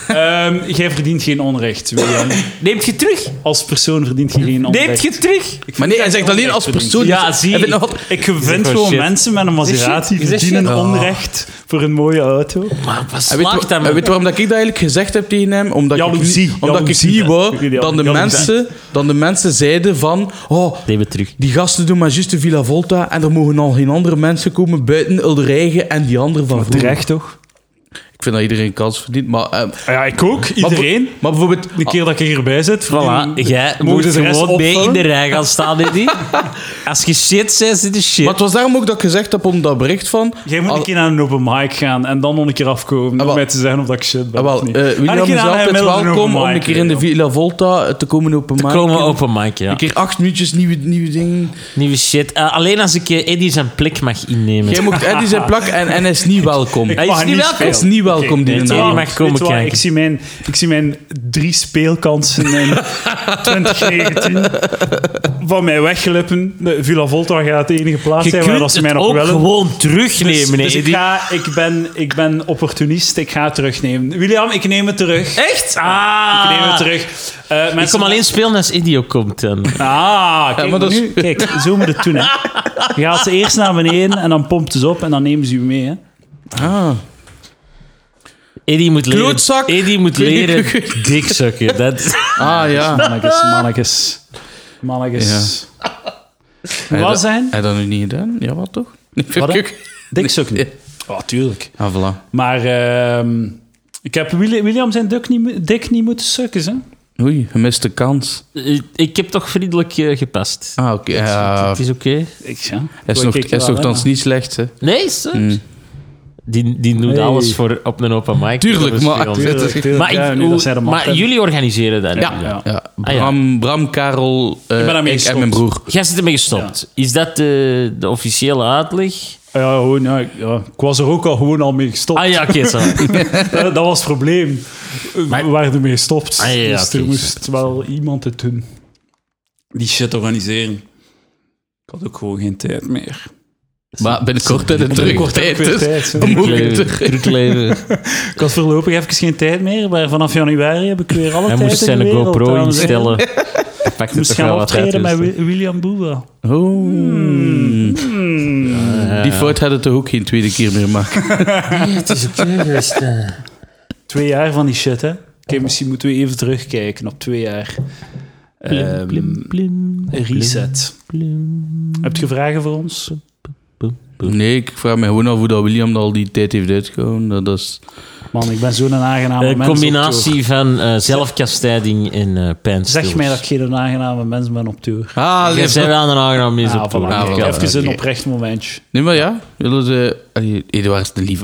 Jij verdient geen onrecht, William. Neemt je terug? Als persoon verdient je geen onrecht. Neemt je terug? Maar nee, hij zegt alleen als persoon. Ja, dus zie. hij vindt nog altijd- Ik Is vind dat gewoon shit? mensen met een Maserati Is dat shit? verdienen Ja. onrecht voor een mooie auto. Maar wat En weet, slaagt dat, en man? weet waarom dat ik dat eigenlijk gezegd heb tegen hem? Omdat Jaloezie. ik niet Jaloezie. wou Ja, dan de mensen zeiden van... Oh, Neem het terug. die gasten doen maar juist de Villa Volta en er mogen al geen andere mensen komen buiten Ulderijgen en die anderen van vroeger. Terecht, toch? Ik vind dat iedereen kans verdient, maar... Ja, ik ook. Iedereen. Maar bijvoorbeeld... Een keer dat ik erbij zit. Voilà, jij mogen moet de rest gewoon mee in opvullen? de rij gaan staan, Eddie. Als je shit zegt, zit je shit. Maar het was daarom ook dat ik gezegd heb om dat bericht van... Jij moet een keer naar een open mic gaan en dan nog een keer afkomen om mij te zeggen of dat ik shit ben of niet. William is altijd welkom om een keer in de Villa Volta te komen open mic. Komen open mic, ja. Een keer 8 minuutjes nieuwe dingen. Nieuwe shit. Alleen als ik Eddie zijn plek mag innemen. Jij mocht Eddie zijn plak en hij is niet welkom. Hij is niet welkom. Hij is niet welkom, die Eddie naam. mag komen kijken. Ik zie mijn 3 speelkansen in 2019 van mij wegglippen. De Villa Volta gaat de enige plaats Je zijn waar kunt dat ze het mij nog ook willen. gewoon terugnemen, Dus Eddie. ik ben opportunist, ik ga het terugnemen. William, ik neem het terug. Echt? Ik neem het terug. Ik kom alleen spelen als Eddie ook komt. Dan. Kijk, maar dat is- nu, kijk, zo moet het doen. Hè. Je gaat ze eerst naar beneden en dan pompt ze op en dan nemen ze u mee. Hè. Eddie moet leren, Klootzak. Eddie moet leren diksukken. Dat... Ja. Mannetjes. Wat zijn? Heb je dat nu niet gedaan? Ja, wat toch? Wat, hè? Diksukken. Ja, tuurlijk. Ah, voilà. Maar ik heb William zijn dik niet moeten sukken, hè? Oei, gemiste kans. Ik heb toch vriendelijk gepast. Ah, oké. Ja, Het is oké. Ja. hij is nogthans niet slecht, hè. Nee, is het? Die doet Nee. alles voor op een open mic. Tuurlijk, maar- Maar, maar jullie organiseren dat. Ja. hè? Ja. Bram, Karel, ben daarmee ik en gestopt. mijn broer. Jij zit ermee gestopt. Is dat de officiële uitleg? Ja, gewoon, ja, ik was er ook al mee gestopt. Ah ja, oké, zo. Dat was het probleem. We waren ermee gestopt. Ah, ja, dus oké, er moest wel iemand het doen. Die shit organiseren. Ik had ook gewoon geen tijd meer. Maar binnenkort in de Binnenkort heb ik terugtijd. weer Dus tijd. dan moet ik terug. Terugleven. Ik had voorlopig even geen tijd meer, maar vanaf januari heb ik weer alle Hij tijd moest in zijn de wereld, GoPro dames en heren. instellen. Hij pakt Ik moest het toch gaan wel wat uit. optreden met dus. William Boeba. Die fout hadden toch ook geen tweede keer meer maken. Het is oké geweest. 2 jaar van die shit, hè. Oké, misschien moeten we even terugkijken op 2 jaar. Reset. Heb je vragen voor ons? Nee, ik vraag me gewoon af hoe dat William al die tijd heeft uitgehouden. Dat is... Man, ik ben zo'n aangename mens. Een op combinatie van zelfkastijding en pijnstillers. Zeg mij dat ik geen aangename mens ben op tour. Jij bent wel een aangenaam mens op tour. Voilà. voilà. Even een Oké. oprecht momentje. Nee, maar ja. Willen ze... Allee, Eduard is de lieve...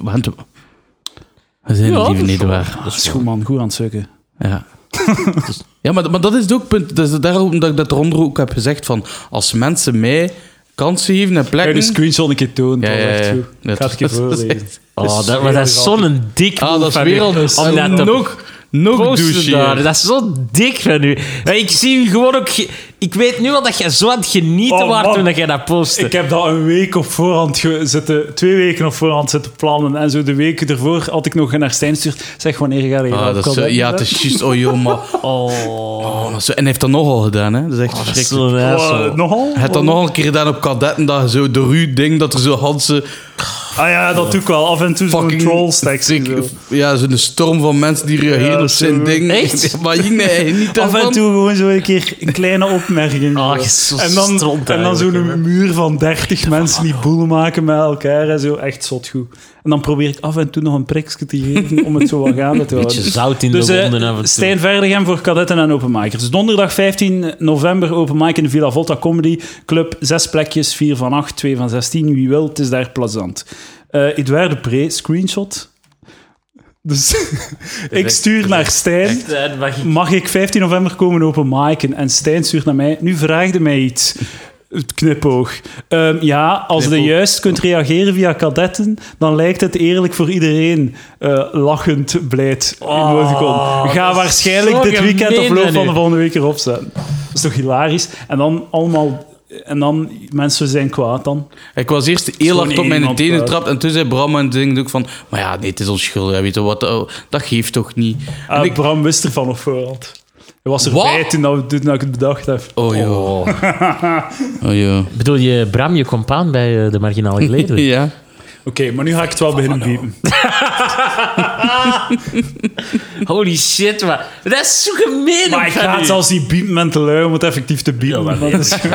We zijn de lieve Eduard. Dat is goed, man. Goed aan het sukken. Ja. Ja, maar dat is het ook punt. Dat is daarom dat ik dat eronder ook heb gezegd van... Als mensen mij kansen geven en Kan je plekken... de screenshot een keer tonen? Dat was echt goed. Ja, Ik ga het een keer voorlezen. Maar dat is zo'n dik Ah, dat is van weer u. al... Om dat te Nog posten douche. daar. Dat is zo dik van u. Maar ik zie u gewoon ook... Ik weet nu al dat jij zo aan het genieten Oh, waart man. toen dat jij dat postte. Ik heb dat een week op voorhand zitten... 2 weken op voorhand zitten plannen. En zo de weken ervoor had ik nog naar Stijn gestuurd. Zeg, wanneer ga je Ah, dat is zo, ja, het is juist... Oh, joh, maar... Oh, dat is zo- en hij heeft dat nogal gedaan, hè. Dat is echt dat is verschrikkelijk. zo'n asshole. Nogal? Hij heeft dat nog een keer gedaan op kadetten, dat je zo de ruw-ding, dat er zo Hansen... Ah ja, dat doe ik wel. Af en toe zo'n trolls-tekst. Ja, zo'n storm van mensen die reageren op zijn zo. ding. Echt? Maar ging hij niet Af daarvan? en toe gewoon zo een keer een kleine opmerking. Ah, zo. je is zo en dan stront zo'n eigenlijk, muur van 30 mensen die boel maken met elkaar en zo. Echt zotgoed. En dan probeer ik af en toe nog een prikje te geven om het zo wat gaande te houden. Beetje zout in Dus de wonden af en toe. Stijn Verdegem voor kadetten en openmakers. Donderdag 15 november open mic in de Villa Volta Comedy Club. 6 plekjes, 4 van 8, 2 van 16. Wie wil, het is daar plezant. Edouard de Pre, screenshot. Dus ik stuur naar Stijn. Mag ik 15 november komen open micen? En Stijn stuurt naar mij. Nu vraagde mij iets. Het knipoog. Ja, als je juist kunt reageren via kadetten, dan lijkt het eerlijk voor iedereen. Lachend blijd. Emoticon. Ga waarschijnlijk zo dit weekend of gemeen loop van van u. de volgende week erop zetten. Dat is toch hilarisch? En dan allemaal... En dan, mensen zijn kwaad dan. Ik was eerst heel hard op mijn iemand tenen uit. getrapt en toen zei Bram en ding ook van... Maar ja, nee, het is onschuldig, weet je wat, dat geeft toch niet. En ik, Bram wist ervan op voorhand. Hij was Wat? erbij toen ik het bedacht heb. oh joh. Oh joh. Bedoel je Bram, je compaan bij de marginale geleden? Ja. Oké, maar nu ga ik het wel beginnen biepen. Holy shit, maar dat is zo gemeen. Maar ik ga het zelfs niet biepen met te lui om het effectief te biepen. Ja, maar Dat is-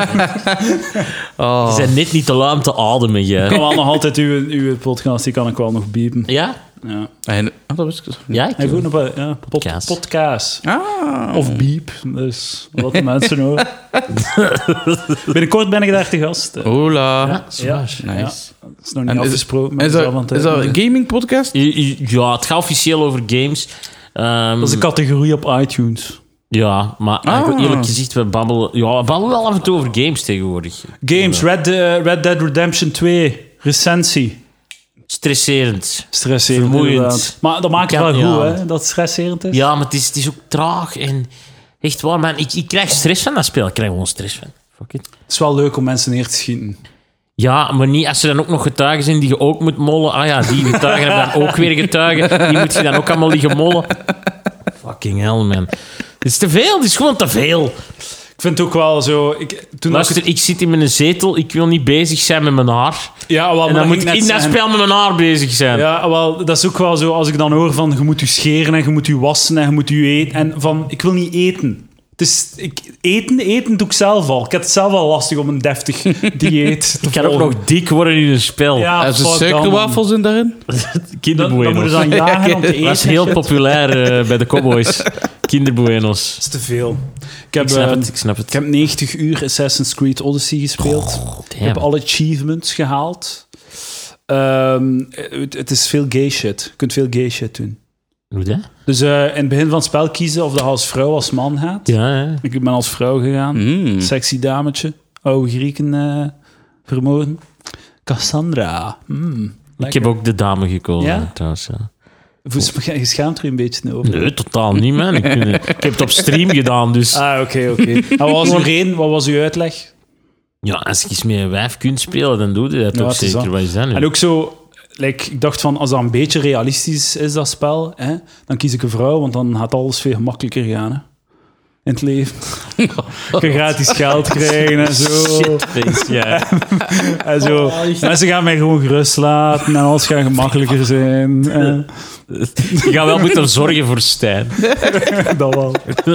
Je bent net niet te lui om te ademen, jij. Ik kan wel nog altijd uw podcast, die kan ik wel nog biepen. Ja? Ja. Dat wist ik niet. Ja, Hij heeft ook nog wel... Ja, Podcast. podcast. Ah. Of Beep. Dus wat de mensen horen. Binnenkort ben ik daar te gast. Hola. Ja, zwaar. Nice. Ja, dat is nog niet En afgesproken. met Is mezelf aan dat, het is dat een uitnodigen. gaming podcast? Ja, het gaat officieel over games. Dat is een categorie op iTunes. Ja, maar eerlijk gezegd, we babbelen wel af en toe over games tegenwoordig. Games, Red Dead Redemption 2, recensie. Stresserend. Stresserend, Vermoeiend. inderdaad. Maar dat maakt het wel Ja. goed, hè, dat het stresserend is. Ja, maar het is ook traag en echt waar, man. Ik krijg stress van dat spel. Ik krijg gewoon stress van. Fuck it. Het is wel leuk om mensen neer te schieten. Ja, maar niet als er dan ook nog getuigen zijn die je ook moet mollen. Ah ja, die getuigen hebben dan ook weer getuigen. Die moet je dan ook allemaal liggen mollen. Fucking hell, man. Het is te veel. Het is gewoon te veel. Ik vind het ook wel zo... Luister, ik zit in mijn zetel. Ik wil niet bezig zijn met mijn haar. Ja, wel, En maar dan moet ging ik in net dat zeggen- spel met mijn haar bezig zijn. Ja, wel, dat is ook wel zo, als ik dan hoor van je moet je scheren en je moet je wassen en je moet je eten. En van, ik wil niet eten. Het is, eten doe ik zelf al. Ik heb het zelf al lastig om een deftig dieet te Ik kan ook volgen. nog dik worden in een spel. Ja, Er zijn fuck dat, suikerwafels in daarin? man. Dan moet je Kinderbuenos. dan jagen om te eten. Dat is heel populair bij de cowboys. Kinderbuenos. Dat is te veel. Ik snap het. Ik heb 90 uur Assassin's Creed Odyssey gespeeld. Ik heb alle achievements gehaald. Het is veel gay shit. Je kunt veel gay shit doen. Hoe dat? Dus in het begin van het spel kiezen of dat je als vrouw of als man gaat. Ja. Ik ben als vrouw gegaan. Sexy dametje. Oude Grieken vermoorden. Cassandra. Ik heb ook de dame gekozen, Ja? trouwens. Ja. Je schaamt er een beetje over. Nee, totaal niet, man. Ik heb het op stream gedaan, dus... Ah, oké. Wat was uw uitleg? Ja, als je eens met een wijf kunt spelen, dan doe je dat Ja, toch het is zeker. dat. Wat is dat nu? En ook zo... ik dacht van, als dat een beetje realistisch is, dat spel, hè, dan kies ik een vrouw, want dan gaat alles veel gemakkelijker gaan. Hè. In het leven. Je kan gratis geld krijgen en zo. Shitface, ja. En zo. Mensen gaan mij gewoon gerust laten en alles gaat gemakkelijker zijn. Je gaat wel moeten zorgen voor Stijn. Dat wel.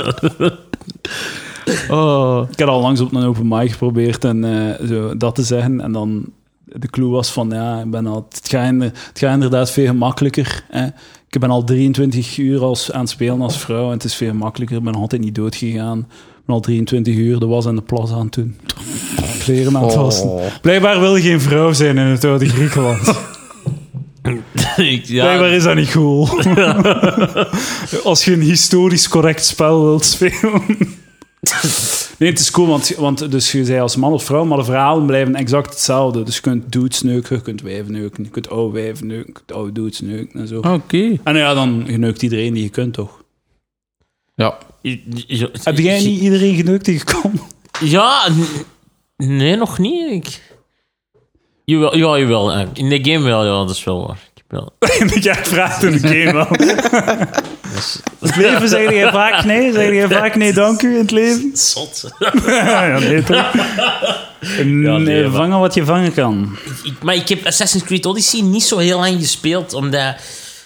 Oh. Ik had al langs op een open mic geprobeerd en zo, dat te zeggen. En dan de clue was van, ja, het gaat inderdaad veel gemakkelijker. Hè. Ik ben al 23 uur aan het spelen als vrouw en het is veel gemakkelijker. Ik ben nog altijd niet doodgegaan. Ik ben al 23 uur de was en de plas aan het doen. Kleren aan het wassen. Blijkbaar wil je geen vrouw zijn in het oude Griekenland. Blijkbaar is dat niet cool. Als je een historisch correct spel wilt spelen. Nee, het is cool, want dus je zei als man of vrouw, maar de verhalen blijven exact hetzelfde. Dus je kunt dudes neuken, je kunt wijven neuken, je kunt oude wijven neuken, je kunt oude dudes neuken en zo. Oké. En ja, dan geneukt iedereen die je kunt, toch? Ja. Heb jij niet iedereen geneukt die je kon? Ja, nee, nog niet. Jawel. In de game wel, ja, dat is wel waar. Ja, ik vraag het in de game wel. Het leven, zeg jij vaak nee? Zeg jij vaak nee, dank u in het leven? Zot. Ja, nee, toch? nee, vangen wat je vangen kan. Maar ik heb Assassin's Creed Odyssey niet zo heel lang gespeeld, omdat...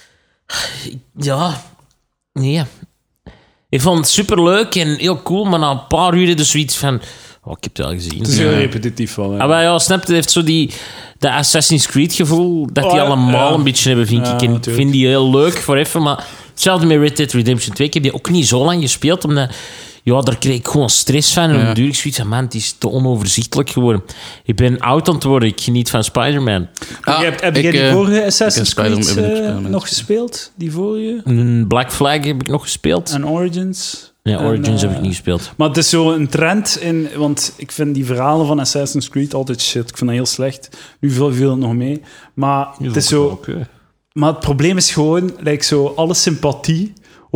Ja, nee. Ik vond het superleuk en heel cool, maar na een paar uur dus zoiets van... Oh, ik heb het wel gezien. Het is heel repetitief wel. Hè. Maar ja, snap je, het heeft zo dat Assassin's Creed gevoel dat die allemaal een beetje hebben, vind ik. En ik vind die heel leuk voor even, maar hetzelfde met Red Dead Redemption 2. Ik heb die ook niet zo lang gespeeld, omdat... Ja, daar kreeg ik gewoon stress van. En dan duur ik zoiets van, man, het is te onoverzichtelijk geworden. Ik ben oud aan het worden. Ik geniet van Spider-Man. Heb jij die vorige Assassin's Creed Spider-Man nog gespeeld? Die vorige? Black Flag heb ik nog gespeeld. En Origins? Ja, Origins heb ik niet gespeeld. Maar het is zo een trend in... Want ik vind die verhalen van Assassin's Creed altijd shit. Ik vind dat heel slecht. Nu viel het nog mee. Maar het is zo... Okay. Maar het probleem is gewoon... Zo, alle sympathie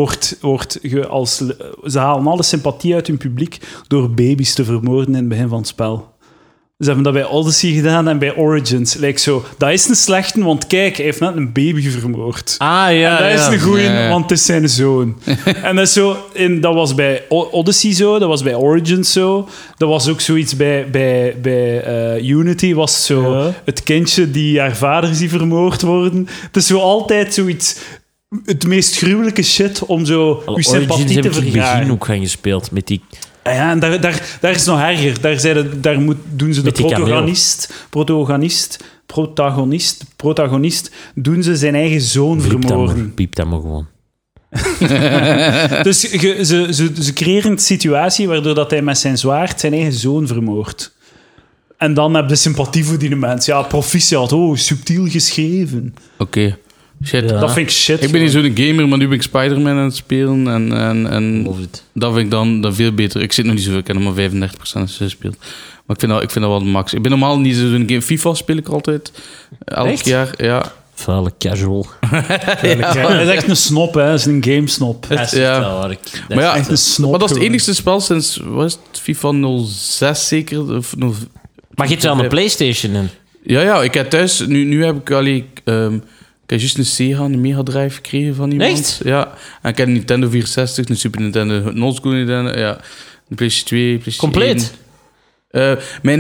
ze halen alle sympathie uit hun publiek door baby's te vermoorden in het begin van het spel. Ze hebben dat bij Odyssey gedaan en bij Origins. Dat is een slechte, want kijk, hij heeft net een baby vermoord. Ah, ja, en dat is een goeie, Ja. want het is zijn zoon. En dat is zo... Dat was bij Odyssey zo, dat was bij Origins zo. Dat was ook zoiets bij Unity, was zo het kindje die haar vader ziet vermoord worden. Het is zo altijd zoiets... Het meest gruwelijke shit om zo je sympathie te heb ik in het vergaren. begin ook gaan gespeeld met die... Ja, en daar is het nog erger. Doen ze de Met die protagonist protagonist doen ze zijn eigen zoon vermoorden. Piep dat maar gewoon. Dus ze creëren een situatie waardoor dat hij met zijn zwaard zijn eigen zoon vermoordt. En dan heb je sympathie voor die mens. Ja, proficiat. Oh, subtiel geschreven. Oké. Shit. Ja. Dat vind ik shit. Ik ben niet zo'n gamer, maar nu ben ik Spider-Man aan het spelen. En Love it. dat vind ik dan veel beter. Ik zit nog niet zo, ik heb nog maar 35% gespeeld. Maar ik vind dat wel de max. Ik ben normaal niet zo'n game. FIFA speel ik altijd. Elk Echt? jaar, ja. Vuile casual. Hij is echt een snop, hè. Hij is een gamesnop. Ja. Maar ja, Echt een snop. maar dat is het gewoon. enigste spel sinds, wat is het, FIFA 06 zeker? Of, Maar je hebt wel een PlayStation in. ja, ik heb thuis, nu heb ik ik heb juist een Sega, een Mega Drive gekregen van iemand. Echt? Ja, en ik heb een Nintendo 64, een Super Nintendo, een oldschool Nintendo, ja, een PlayStation 2, PlayStation Compleet? 1.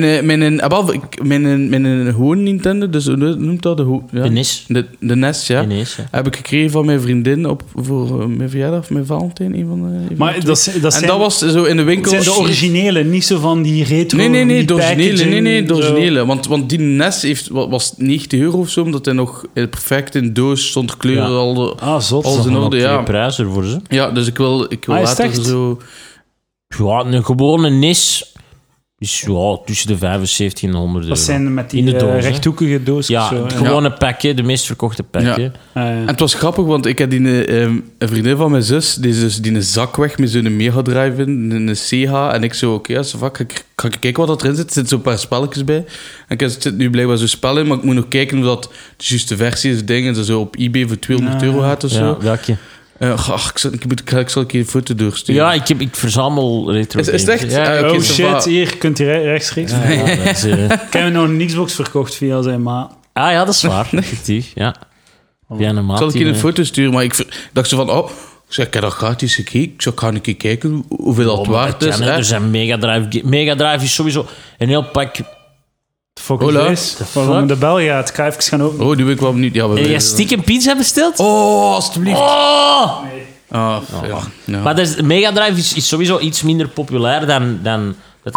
Mijn gewoon Nintendo, dus hoe noemt dat? Ja. De NES. De NES, ja. De NES, ja. Heb ik gekregen van mijn vriendin voor mijn verjaardag of mijn Valentijn. Een van de Maar twee. dat zijn, En dat was zo in de winkel. zijn de originele, niet zo van die retro... Nee, die de originele. packaging, Nee, de zo. originele. Want die NES was €90 of zo, omdat hij nog perfect in doos stond, kleuren, Ja. al Zot. alles in orde. Ja. Prijs ervoor, ze. Ja, dus ik wil Ah, is het later echt? zo... Ja, een gewone NES is tussen de 75 en 100 euro. Dat zijn met die In de doos, hè? rechthoekige doosjes. Ja, zo, het gewone pakje, de meest verkochte pakje. En het was grappig, want ik had een vriendin van mijn zus, die een zak weg met zo'n Mega Drive in, een Sega. En ik zo, oké, ga ik kijken wat erin zit. Er zitten zo'n paar spelletjes bij. En er zit nu blijkbaar zo'n spel in, maar ik moet nog kijken of dat de juiste versie is, dingen, dat zo op eBay voor €200 gaat of zo. Ja, welke? Ik zal een keer een foto doorsturen. Ja, ik verzamel retro Is het echt? games. Ja, Oké, Oh ça shit, va. hier, kunt u rechtstreeks. ja, dat is, Ik heb nog een Xbox verkocht via zijn maat. ja, dat is waar, effectief. Ja. Via een maat Zal ik die, je een foto sturen? Maar ik dacht zo van, ik heb dat gratis gekeken. Ik ga een keer kijken hoeveel dat waard is. hè. Hè? Er zijn Mega Drive is sowieso een heel pak. Fuck Hola. is this? Waarom de bel gaat? Ik ga even gaan openen. Oh, nu ben ik wel benieuwd. Ja, Heb je stiekem pizza besteld? Oh, alstublieft. Oh! Ja. Maar Mega Drive is sowieso iets minder populair dan het.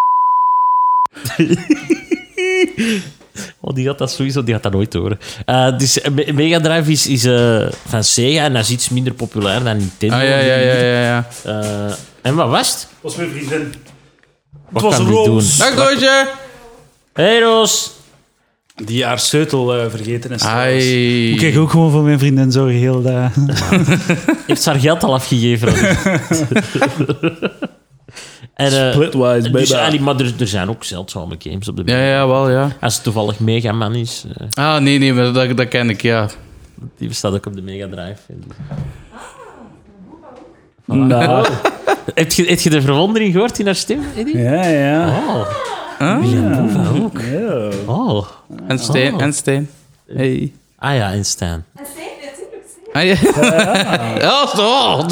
Oh, die gaat dat nooit horen. Dus Mega Drive is van Sega en dat is iets minder populair dan Nintendo. Ja. En wat was het? Dat was mijn vriendin. Wat was kan die Roos. doen? Dag, Roosje. Hey Roos! Die haar sleutel vergeten is. Ai. Moet ik ook gewoon voor mijn vriendin zorgen heel dag. Heeft ze haar geld al afgegeven? En, Splitwise, dus, baby. maar er zijn ook zeldzame games op de Ja, wel, ja. Als het toevallig Mega Man is, Nee, maar dat ken ik, ja. die bestaat ook op de Mega Drive. Nou, Heb je de verwondering gehoord in haar stem, Eddie? ja. Oh. William Boeva ook. Ja. Oh. En Stijn. Hey. Ah ja, en Stan. Ah, ja. Ja, zo.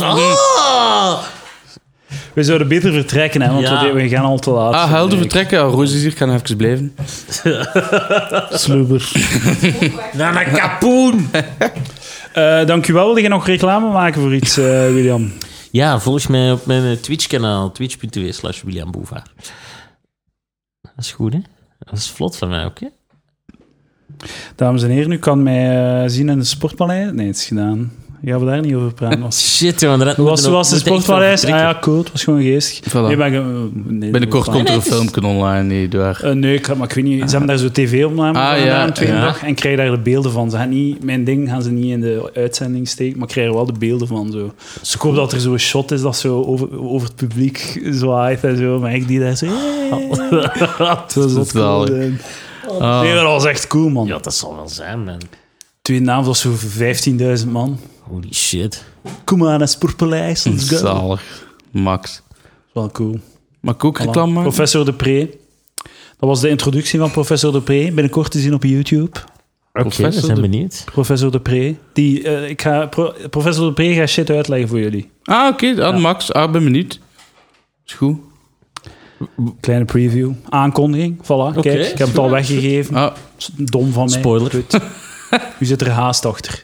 We zouden beter vertrekken, hè, want Ja. we gaan al te laat. Helder vertrekken. Ja, Roos is hier, kan even blijven. Slubber. Dan een kapoen! Dank u wel. Wil je nog reclame maken voor iets, William? Ja, volg mij op mijn Twitch-kanaal. Twitch.tv/William Boeva. Dat is goed, hè? Dat is vlot van mij ook, hè? Dames en heren, u kan mij zien in de Sportpaleis. Nee, het is gedaan. Gaan we daar niet over praten? Shit, jongen. Hoe was de Sportpaleis? Ah ja, cool. Het was gewoon geestig. Voilà. Binnenkort komt er een filmpje online. Nee, daar. Nee, maar ik weet niet. Ze hebben daar zo tv-opnames van gedaan, een tweede dag, en krijg daar de beelden van. Ze gaan niet, mijn ding gaan ze niet in de uitzending steken, maar ik krijg er wel de beelden van. Zo. Dus ik hoop dat er zo'n shot is dat zo over het publiek zwaait en zo, maar ik die daar zo... Het was Dat is cool. Nee, dat was echt cool, man. Ja, dat zal wel zijn, man. Tweede avond was zo 15.000 man. Holy shit. Kom maar naar Sportpaleis, let's go. Dat Zalig. Max. is wel cool. Mag ik ook reclame maken? Professor De Pre. Dat was de introductie van Professor De Pre. Binnenkort te zien op YouTube. Oké, we zijn benieuwd. Professor De Pre. Professor De Pre gaat shit uitleggen voor jullie. Oké. Max. Ben benieuwd. Is goed. Kleine preview. Aankondiging. Voilà, kijk. Ik heb het al weggegeven. Dom van mij. Spoiler. Goed. U zit er haast achter.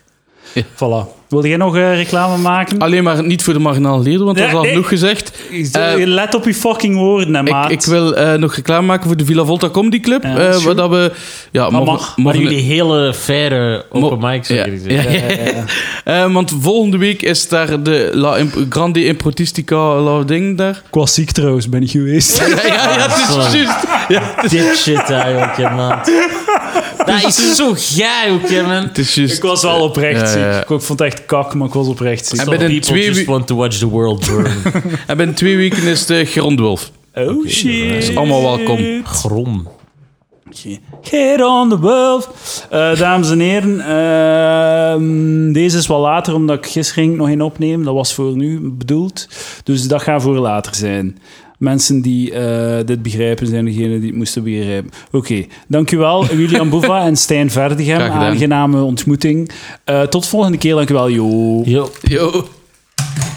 Ja. Voilà. Wilde jij nog reclame maken? Alleen maar niet voor de marginale leerder, want dat is al nee. genoeg gezegd. Let op je fucking woorden, hè, maat. Ik wil nog reclame maken voor de Villa Volta Comedy Club. Ja, dat is waar dat we... Ja, mag. Maar jullie hele faire open mics Ja. Want volgende week is daar de Grande Improtistica ding daar. Ik was ziek trouwens, ben ik geweest. Ja, het is juist. Ja, Dit shit eigenlijk, man. Dat is zo gaai ook, man. het is juist. Ik was wel oprecht ziek. Ja. Ik vond het echt kak, maar ik was oprecht ziek. En Some binnen people 2 just want to watch the world burn. En binnen 2 weken is de Grondwulf. Oh shit. Dat is allemaal welkom. Grom. Get on the wolf. Dames en heren, deze is wel later, omdat ik gisteren ging nog in opnemen. Dat was voor nu bedoeld. Dus dat gaat voor later zijn. Mensen die dit begrijpen, zijn degenen die het moesten begrijpen. Oké, dankjewel William Boeva en Stijn Verdegem. Graag gedaan. Aangename ontmoeting. Tot volgende keer, dankjewel. Yo. Yo. Yo.